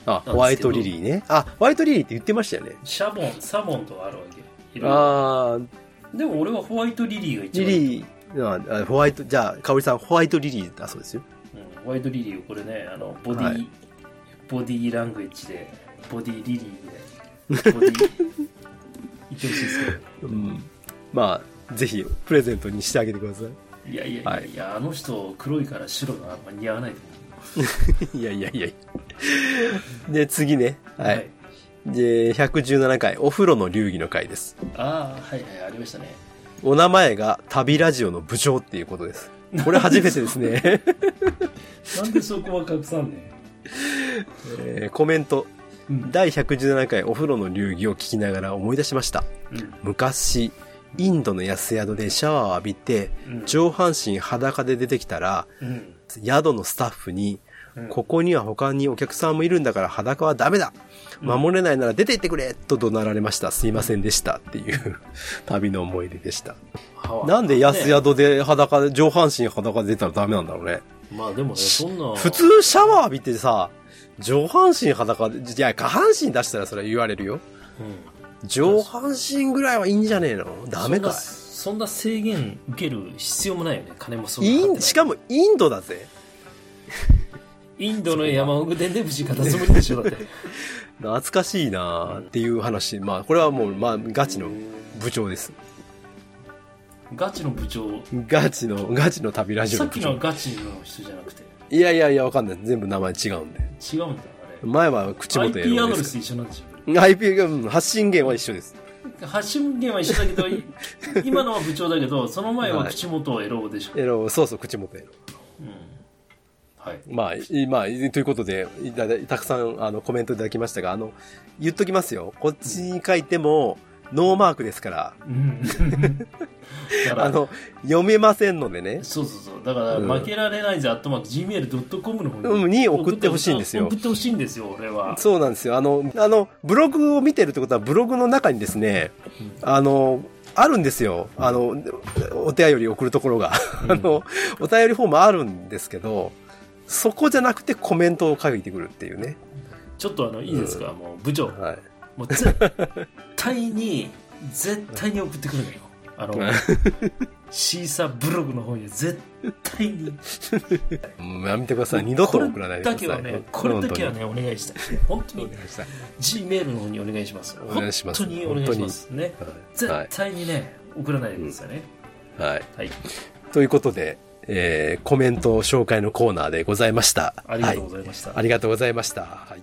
あ、ホワイトリリーね。あ、ホワイトリリーって言ってましたよね。 サモンとかあるわけ。 ああ。 でも俺はホワイトリリーが一番。 リリー、ホワイト、じゃあ、かおりさん、ホワイトリリーだそうですよ。 うん、ホワイトリリーをこれね、ボディーラングエッジで、ボディリリーで、ボディ、言ってほしいですけど。 うん。まあ、ぜひ、プレゼントにしてあげてください。 いや、あの人、黒いから白があんま似合わないと思う。いや。で、次ね。はい。で、117回、お風呂の流儀の回です。 ああ、はい、ありましたね。 お名前が旅ラジオの部長っていうことです。これ初めてですね。 なんでそこは隠さんねコメント。第117回お風呂の流儀を聞きながら思い出しました。昔、インドの安宿でシャワーを浴びて、上半身裸で出てきたら、宿のスタッフに、ここには他にお客さんもいるんだから裸はダメだ。守れないなら出て行ってくれと怒鳴られました。すいませんでしたっていう旅の思い出でした。なんで安宿で上半身裸で出たらダメなんだろうね。 まあでもね、そんな。 普通シャワー浴びてさ、上半身裸で、いや、下半身出したらそれは言われるよ。上半身ぐらいはいいんじゃねえの？ダメかい？ そんな制限受ける必要もないよね。金もそんなかかってない。 しかもインドだぜ。 インドの山奥でね、無事片付けでしょ、だって。 懐かしいなっていう話。まあ、これはもう、まあ、ガチの部長です。 ガチの部長？ ガチの旅ラジオの部長。さっきのはガチの人じゃなくて。 いや、わかんない。全部名前違うんで。 違うんだ、あれ。 前は口元やる。 IP アドレス一緒なんでしょ？ IP が、発信源は一緒です。 発信源は一緒だけど、今のは部長だけど、その前は口元エロでしょ。 エロ、そう、口元エロ。はい。まあ、ということで、たくさん、コメントいただきましたが、言っときますよ。こっちに書いても、ノーマークですから。読めませんのでね。 そう。だから、負けられないぜ、@gmail.com の方に送ってほしいんですよ。 送ってほしいんですよ、俺は。 そうなんですよ。ブログを見てるってことは、ブログの中にですね、あるんですよ。お便り送るところが。お便りフォームあるんですけど、そこじゃなくてコメントを書いてくるっていうね。 ちょっといいですか、もう部長。はい。もう絶対に送ってくるのよ。シーサーブログの方に絶対に。 やめてください。二度と送らないでください。 これだけはね、お願いしたい。本当に。Gmail の方にお願いします。 お願いします。 本当にお願いしますね。絶対にね、送らないでくださいね。 はい。ということで、コメント紹介のコーナーでございました。 ありがとうございました。 ありがとうございました。はい。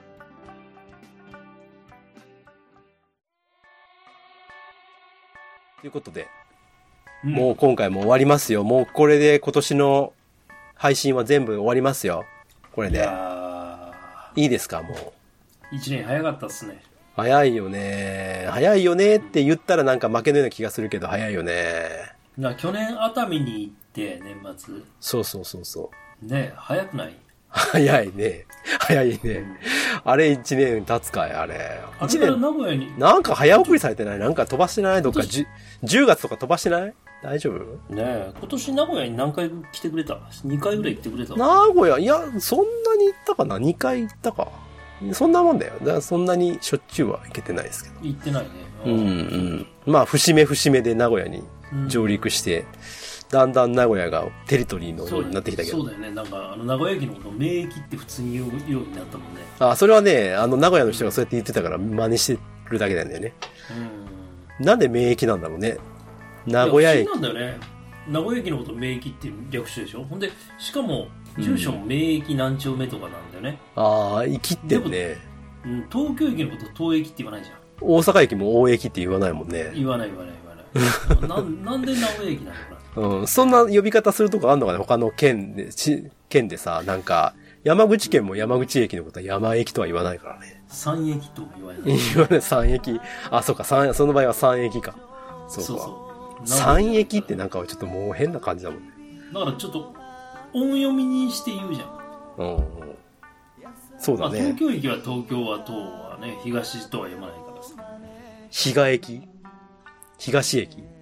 ということで、もう今回も終わりますよ。もうこれで今年の配信は全部終わりますよ。これで。いいですか、もう。 1年早かったっすね。 早いよね。早いよねって言ったらなんか負けのような気がするけど、早いよね。 去年熱海に行って年末。 そう。 ね、早くない？ 早いね。あれ1年経つかい、あれ。 1年。名古屋に。 なんか早送りされてない？なんか飛ばしてない？どっか10月とか飛ばしてない？大丈夫？ ねえ、今年名古屋に何回来てくれた？ 2 回ぐらい行ってくれた？ 名古屋、いや、そんなに行ったかな？ 2 回行ったか。そんなもんだよ。だからそんなにしょっちゅうは行けてないですけど。 行ってないね。まあ、節目で名古屋に上陸して、だんだん名古屋がテリトリーのようになってきたけど。 そうだよね。なんか、名古屋駅のことを名駅って普通に言うようになったもんね。 あ、それはね、名古屋の人がそうやって言ってたから真似してるだけなんだよね。なんで名駅なんだろうね。名古屋駅。 なんだよね。名古屋駅のことを名駅って略してるでしょ。ほんで、しかも、住所も名駅何丁目とかなんだよね。 ああ、生きってんね。 東京駅のこと東駅って言わないじゃん。 大阪駅も大駅って言わないもんね。 言わない。なんで名古屋駅なのかな。そんな呼び方するとこあんのかね、他の県でさ、なんか、山口県も山口駅のことは山駅とは言わないからね。 三駅とも言わない。 言わない、三駅。あ、そうか、その場合は三駅か。そうか。三駅ってなんかちょっともう変な感じだもんね。 だからちょっと、音読みにして言うじゃん。 そうだね。 東京駅は東京は東はね、東とは読まないからさ。 東駅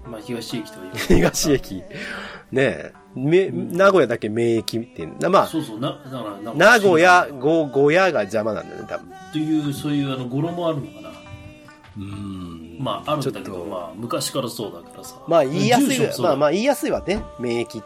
まあ東駅とか東駅。ねえ。名古屋だけ名駅っていう。まあ、 そうそう、だから名古屋、小屋が邪魔なんだよね、多分。 という、そういう語呂もあるのかな。まあ、あるんだけど、まあ、昔からそうだからさ。 まあ、言いやすい。まあ、言いやすいわね。名駅って、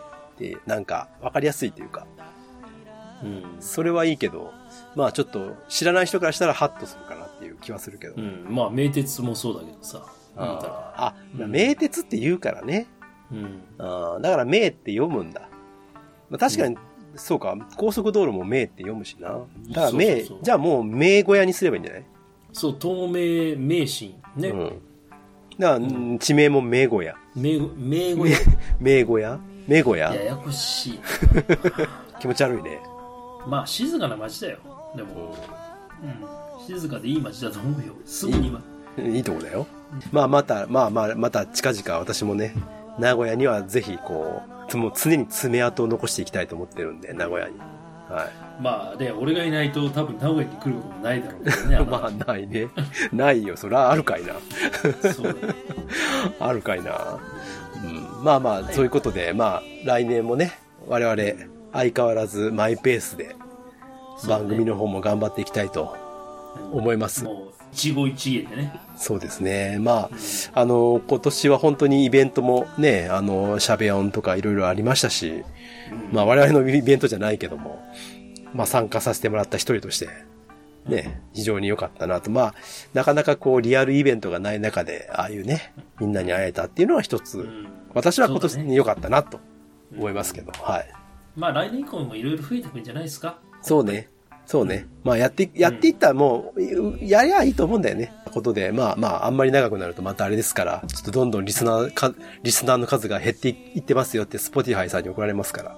なんか、わかりやすいというか。それはいいけど、まあ、ちょっと、知らない人からしたらハッとするかなっていう気はするけど。 まあ、名鉄もそうだけどさ。 名鉄って言うからね。だから名って読むんだ。まあ、確かに、そうか、高速道路も名って読むしな。だから名、じゃあもう名小屋にすればいいんじゃない？そう、 東名、名神ね。 だから、地名も名小屋。 名小屋名小屋名小屋ややこしい。 気持ち悪いね。まあ、静かな街だよ。でも、静かでいい街だと思うよ。すぐには。 いいとこだよ。まあ、また近々私もね、名古屋にはぜひもう常に爪痕を残していきたいと思ってるんで、名古屋に。はい。 まあね、俺がいないと多分名古屋に来ることもないだろうけどね。 まあないね。ないよ。そりゃあるかいな。 そうだね。 あるかいな。まあまあ、そういうことで、まあ来年もね、我々相変わらずマイペースで番組の方も頑張っていきたいと思います。 もう一期一会でね。 そうですね。まあ、今年は本当にイベントもね、シャベオンとかいろいろありましたし、まあ我々のイベントじゃないけども、まあ参加させてもらった一人として、ね、非常に良かったなと。まあ、なかなかリアルイベントがない中で、ああいうね、みんなに会えたっていうのは一つ、私は今年に良かったなと思いますけど、はい。 まあ来年以降もいろいろ増えてくるんじゃないですか？ そうね。まあやっていったらもう、やりゃいいと思うんだよね。ことで、まあ、あんまり長くなるとまたあれですから、ちょっとどんどんリスナーの数が減っていってますよって、Spotify さんに怒られますから。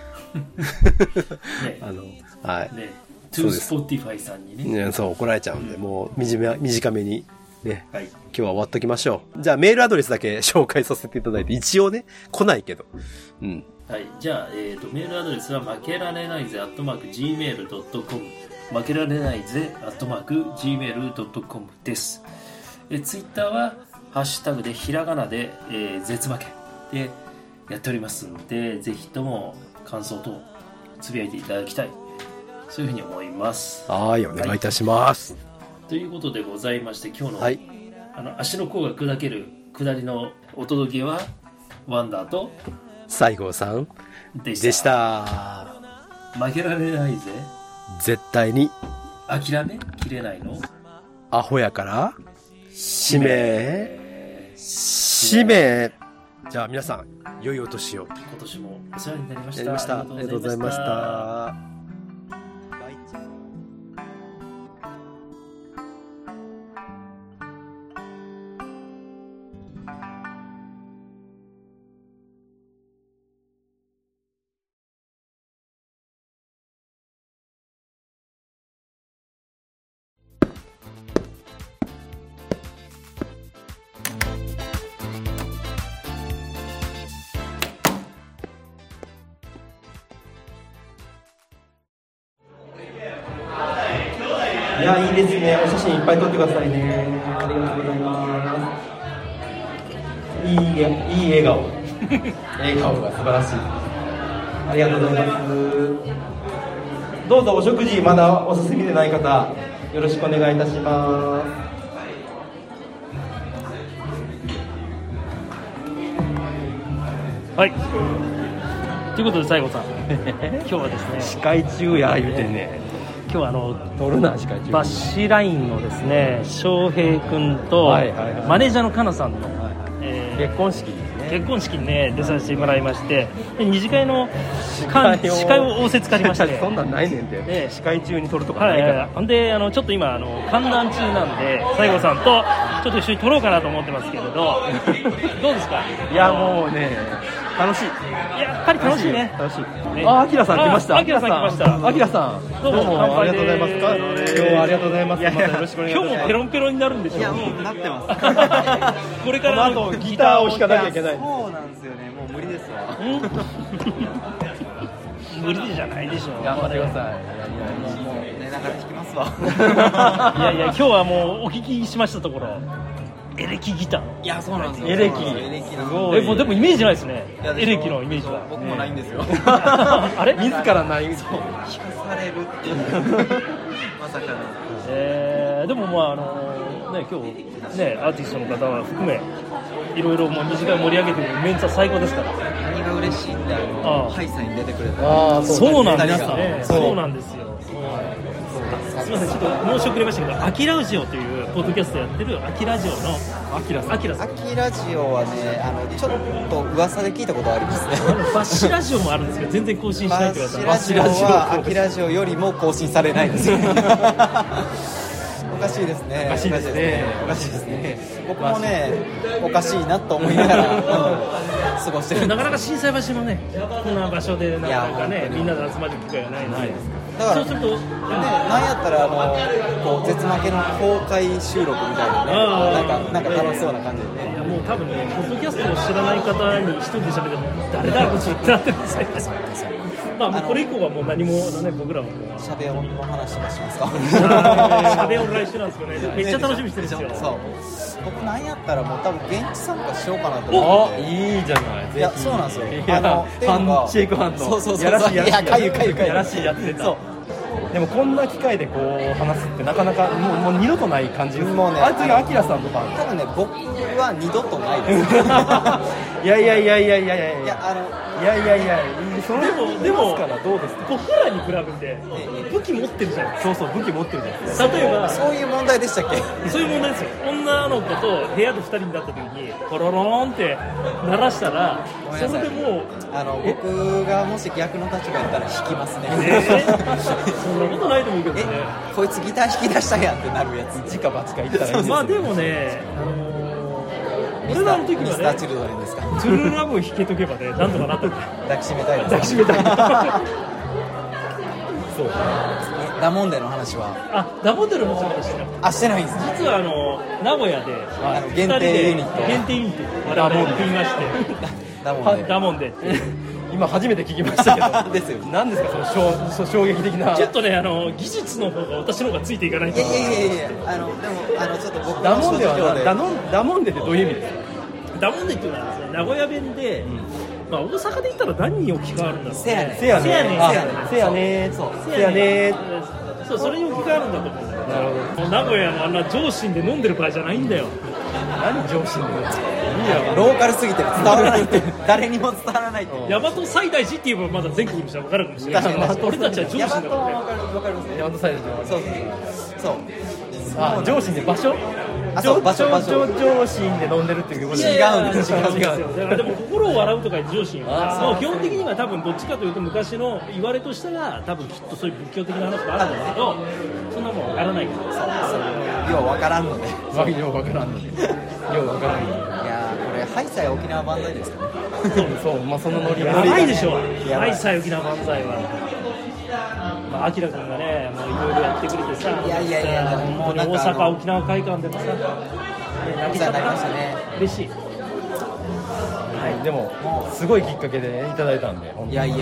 はい。 ね、to Spotify さんにね。 そう、怒られちゃうんで、もう短めに、ね、今日は終わっときましょう。じゃあメールアドレスだけ紹介させていただいて、一応ね、来ないけど。 はい。じゃあ、メールアドレスは、負けられないぜ、@gmail.com。負けられないぜ、@gmail.com です。ツイッターは、ハッシュタグで、ひらがなで、絶負けでやっておりますので、ぜひとも感想等、つぶやいていただきたい。そういうふうに思います。 はい、お願いいたします。 ということでございまして、今日の、足の甲が砕ける下りのお届けは、ワンダーと、 西郷さんでした。 負けられないぜ。 絶対に諦めきれないの。 アホやから使命。じゃあ皆さん、良いお年を。 今年もお世話になりました。 ありがとうございました。いや、いいですね。お写真いっぱい撮ってくださいね。ありがとうございます。いい笑顔。笑顔が素晴らしい。ありがとうございます。どうぞお食事まだお進みでない方、よろしくお願いいたします。 はい。ということで西郷さん、今日はですね。 司会中や言うてね。 今日は撮るな司会中。 バッシュラインのですね、翔平君と、マネージャーのかなさんの、 結婚式ですね。 結婚式にね、出させてもらいまして、二次会の司会を仰せつかりまして。 そんなんないねんて。司会中に撮るとかないから。 ほんで、ちょっと今、観覧中なんで、西郷さんと、ちょっと一緒に撮ろうかなと思ってますけれど、どうですか？ いや、もうね、楽しい。 やっぱり楽しいね。 楽しい。あきらさん来ました。 あきらさん来ました。 あきらさん。どうもありがとうございます。今日はありがとうございます。またよろしくお願いします。 今日もペロンペロンになるんでしょ？ いや、もうなってます。 これからこの後ギターを弾かなきゃいけない。 そうなんですよね。もう無理ですわ。 無理じゃないでしょ。 頑張ってください。 もう寝ながら弾きますわ。 いやいや、今日はもうお聞きしましたところ、 エレキギターの。 いや、そうなんですよ。 エレキすごい。 もうでもイメージないですね。 いやエレキのイメージは。 僕もないんですよ。 あれ？ 自らない。 聞かされるっていうまさかの。 でもまあね、今日ねアーティストの方は含めいろいろもう2時間盛り上げてるメンツは最高ですから。 何が嬉しいってハイサイに出てくれた。 そうなんですよね。 そうそうなんですよ。すみません、ちょっと申し遅れましたけど、アキラジオというポッドキャストやってるアキラジオのアキラさん。 アキラジオはね、ちょっと噂で聞いたことありますね。 バッシラジオもあるんですけど、全然更新しないってください。 バッシラジオはアキラジオよりも更新されないです。おかしいですね。 おかしいですね。 おかしいですね。僕もね、おかしいなと思いながら過ごしてる。 なかなか心斎橋のね、こんな場所でなかなかね、みんなで集まる機会がないので。 だからそうすると、 ね、なんやったらこう絶負けの公開収録みたいなね、なんか楽しそうな感じでね。 いやもう多分ね、ポッドキャストを知らない方に一人で喋っても誰だこっちってなってるんですよ。まあもうこれ以降はもう何もね、僕らもしゃべ音の話とかしますか。 しゃべ音来週なんですよね。めっちゃ楽しみにしてるんですよ。 そう。僕なんやったらもう多分現地参加しようかなと思って。 いいじゃない。 いやそうなんですよ。 シェイクハンド。 そう。 やらしいやらしいやってた。そう。でもこんな機会でこう話すってなかなかもう二度とない感じです。 もうね、 あいつがアキラさんとか多分ね、僕は二度とないです。 いやでもからどうですか。 僕らに比べて武器持ってるじゃん。 そう武器持ってるじゃないですか。 例えばそういう問題でしたっけ。 そういう問題ですよ。女の子と部屋で2人になった時にコロローンって鳴らしたら、それでもう僕がもし逆の立場やったら弾きますね。 そんなことないと思うけどね。 こいつギター弾き出したやんってなるやつ。 一か八か言ったらいいですよ。 まあでもね、俺らの時はね、 ミスターチルドレンですか。 トゥルーラブを弾けとけばね、なんとかなったんだよ。 抱きしめたいです。 抱きしめたい。 そう。 ダモンデの話は。 ダモンデの話はしてなくて。 してないんです。 実は名古屋で限定ユニット。 限定ユニット。我々組みまして。ダモンデ。 今初めて聞きましたけど。 ですよ。 何ですかその衝撃的な。 ちょっとね技術の方が私の方がついていかないと。 いやでもちょっと僕ダモンデはダモンデってどういう意味ですか。 ダモンデっていうのはですね、名古屋弁で、まあ大阪で言ったら何に置き換わるんだろうね。 せやね。 そうそれに置き換わるんだと思うんだよ。なるほど。名古屋のあんな上心で飲んでる場合じゃないんだよ。 何上心で。 ローカルすぎて伝わらないって誰にも伝わらないって。 大和西大寺って言えばまだ全国の人は分かるかもしれない。俺たちは上心だからね。 分かりますね。 大和西大寺。 そう上心で場所。 場所上心で飲んでるっていうことで。 違うんですよ。 だからでも心を笑うとか上心は基本的には多分どっちかというと昔の言われとしたら多分きっとそういう仏教的な話があるんだけど、そんなもん分からないから。 よう分からんので。 よう分からんので。 いやこれハイサイ沖縄万歳ですかね。 そうまあそのノリやばいでしょ。ハイサイ沖縄万歳は。アキラ君がね、もういろいろやってくれてさ、 いや本当に大阪沖縄会館でもさ、泣きちゃった。嬉しい。 はい、でもすごいきっかけでいただいたんで、 いや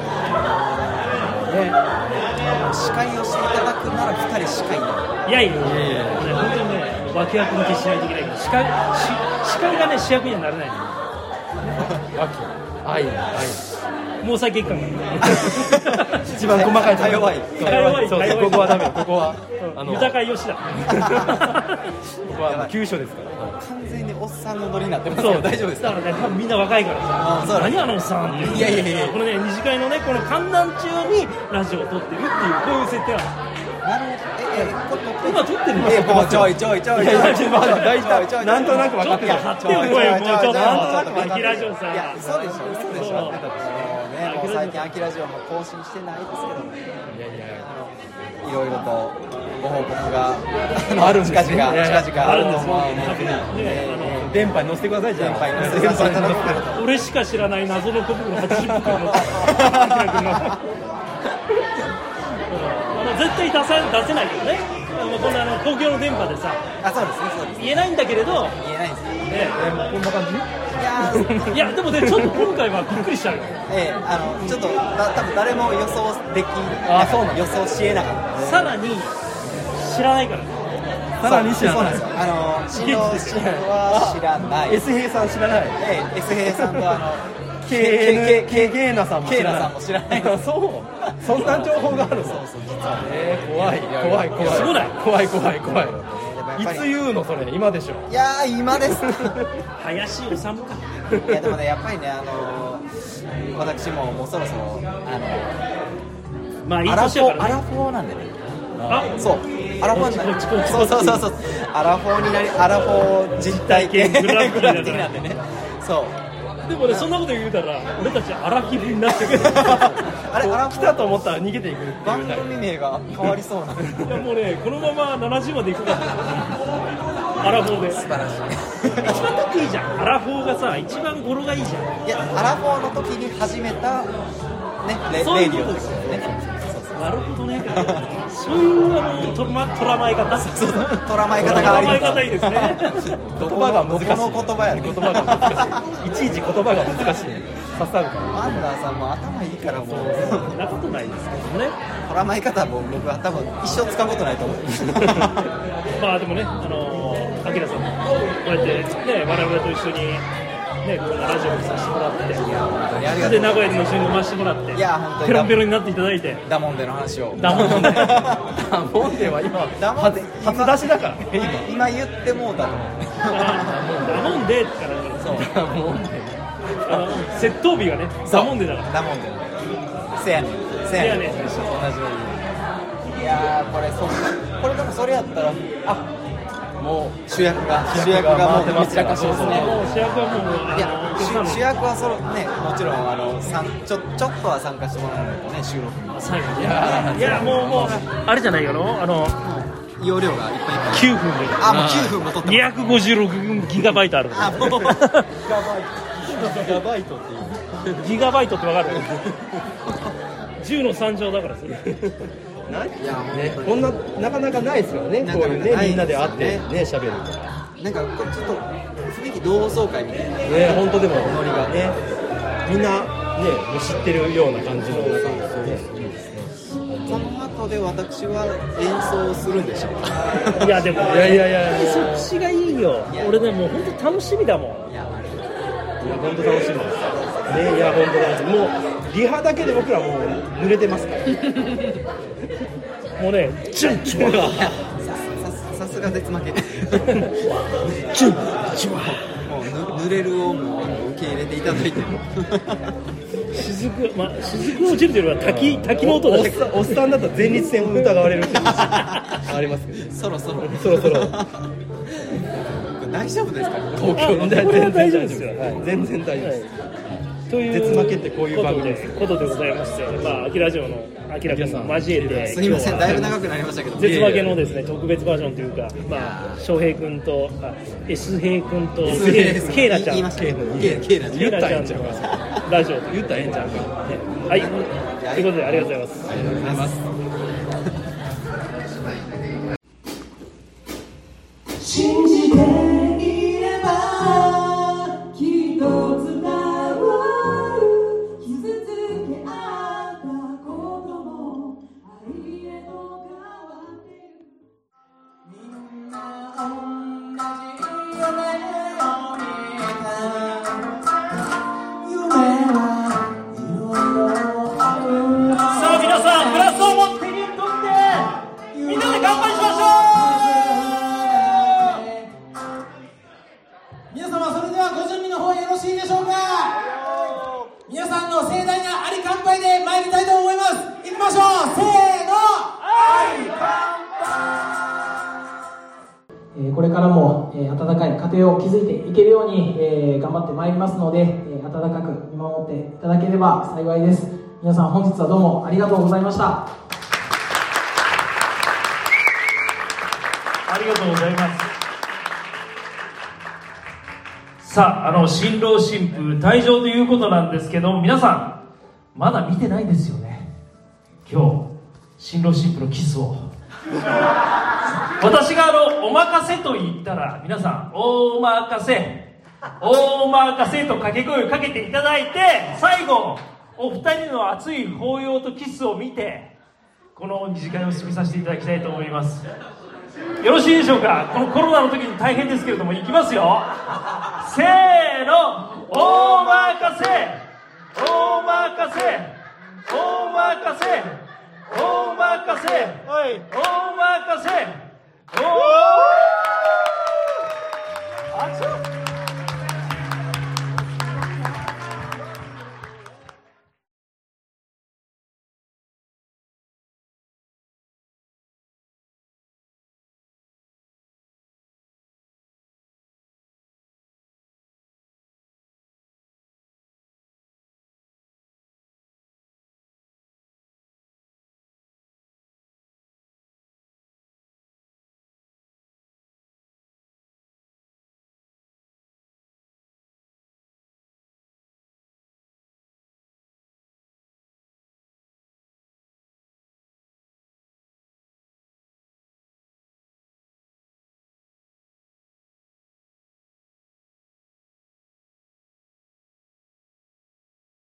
司会をしていただくなら2人司会いや本当にね、脇役に消しないといけないけど、司会がね主役にはなれないの。 愛毛細血管が一番細かいか弱いここはダメ。ここは豊かいよしだ。ここは急所ですから。 完全におっさんのノリになってますけど大丈夫ですか。 だからね、多分みんな若いからさ、何あのおっさんって。 いやこのね二次会のねこの観覧中にラジオを撮ってるっていうこういう設定なの。 なるほど。 今撮ってるの。ちょい。 なんとなく分かってた。 張ってよもうちょっと。アキラジオさん。 いや嘘でしょ。もう最近アキラジオも更新してないですけどね。いろいろとご報告があるんですね。 近々 あるんですよ。 電波に乗せてください。じゃあ電波に乗せて。 俺しか知らない謎の国の80分のアキラ君の。絶対出せないよね。こんな東京の電波でさ。 そうですね。 言えないんだけれど。 言えないですね。 こんな感じ？ いやでもねちょっと今回はびっくりしたよ。 ちょっと多分誰も予想しえなかった。 さらに知らないから。 さらに知らない。 そうなんですよ。新郎新婦は知らない。 S 平さん知らない。 S 平さんとケーナさんも知らない。 知らない。 そう。そんな情報があるの。そう実は。怖い。 すごない。 怖い。いつ言うのそれ今でしょ。 いや今です。 林修か。 いやでもねやっぱりね私もうそろそろまあいい年やからね。 アラフォーなんでね。そう。 アラフォーになりそう。アラフォーになりアラフォー実体験グランプリなんでね。そう。 でもねそんなこと言うたら俺たちアラキブになってくる。 あれ来たと思ったら逃げていく。 番組名が変わりそうな。 いやもうねこのまま70までいくか。アラフォーで素晴らしい。 一番得意じゃん。アラフォーがさ一番語呂がいいじゃん。 いやアラフォーの時に始めたねレディオですよね。 なるほどね。そういうトラマえ方。 トラマえ方があります。 トラマえ方いいですね。 言葉が難しい。 どこの言葉やね。 言葉が難しい。いちいち言葉が難しい。刺さるから。 アンダーさんも頭いいからもう。 そんなことないですけどね。 トラマえ方も僕は多分一生使うことないと思う。 まあでもねアキラさんもこうやってね我々と一緒に。ね、こんなラジオにさせてもらってで名古屋での順を回してもらってペロンペロンになっていただいてダモンデの話をダモンデは今初出しだから今言ってもうたと思うダモンデってからそうダモンデ窃盗日がねダモンデだからダモンデせやねん同じようにいやーこれでもそれやったらもう主役がもうどちらかしですね。 主役はもういや主役はねもちろんちょっとは参加してもらわないとね収録に最後いやもうあれじゃないよ容量がいっぱい 9分でもう9分も撮って 256ギガバイトあるもうギガバイトっていうギガバイトってわかる10の3乗だからそれいやね、こんなかなかないですからね、こういうねみんなで会ってね喋るとか。 なんかちょっと雰囲気同窓会みたいなね本当でもノリがねみんなねもう知ってるような感じのそうですね。 この後で私は演奏するんでしょうか。 いやでもいやそっちがいいよ。俺ねもう本当楽しみだもん。 いや本当楽しみですね。いや本当楽しみ。もうリハだけで僕らもう濡れてますから。 もうねチュンチュンさすが絶負け。 チュンチュンもう濡れるをもう受け入れていただいて雫落ちるというよりは滝の音だしおっさんだと前立腺を疑われるってありますけどそろそろ大丈夫ですか東京の大丈夫ですよ、 全然大丈夫です、 という絶負けってこういう番組ですことでございまして、アキラジオのアキラ君を交えてすみませんだいぶ長くなりましたけど絶負けのですね特別バージョンというか翔平君とS 平君とケイナちゃん言ったらええんちゃうかラジオ言ったらええんちゃうかはいということでありがとうございます。 ありがとうございます。 信じていればきっと伝わる傷つけ合ったことも愛へと変わってゆくみんな同じ夢を見た夢はいろいろあるさあ皆さんグラスを持って手に取ってみんなで乾杯しましょう。 皆様それではご準備の方よろしいでしょうか。皆さんの盛大なあり乾杯で参りたいと思います。いきましょうせーのあり乾杯。 これからも温かい家庭を築いていけるように頑張ってまいりますので温かく見守っていただければ幸いです。皆さん本日はどうもありがとうございました。 ありがとうございます。さあ、新郎新婦退場ということなんですけど、皆さんまだ見てないですよね。今日新郎新婦のキスを私がお任せと言ったら皆さんお任せと掛け声をかけていただいて、最後お二人の熱い抱擁とキスを見てこの二次会を進めさせていただきたいと思います。 よろしいでしょうか。このコロナの時に大変ですけれども、いきますよ。せーの、おまかせ、おまかせ、おまかせ、おまかせ、おまかせ、お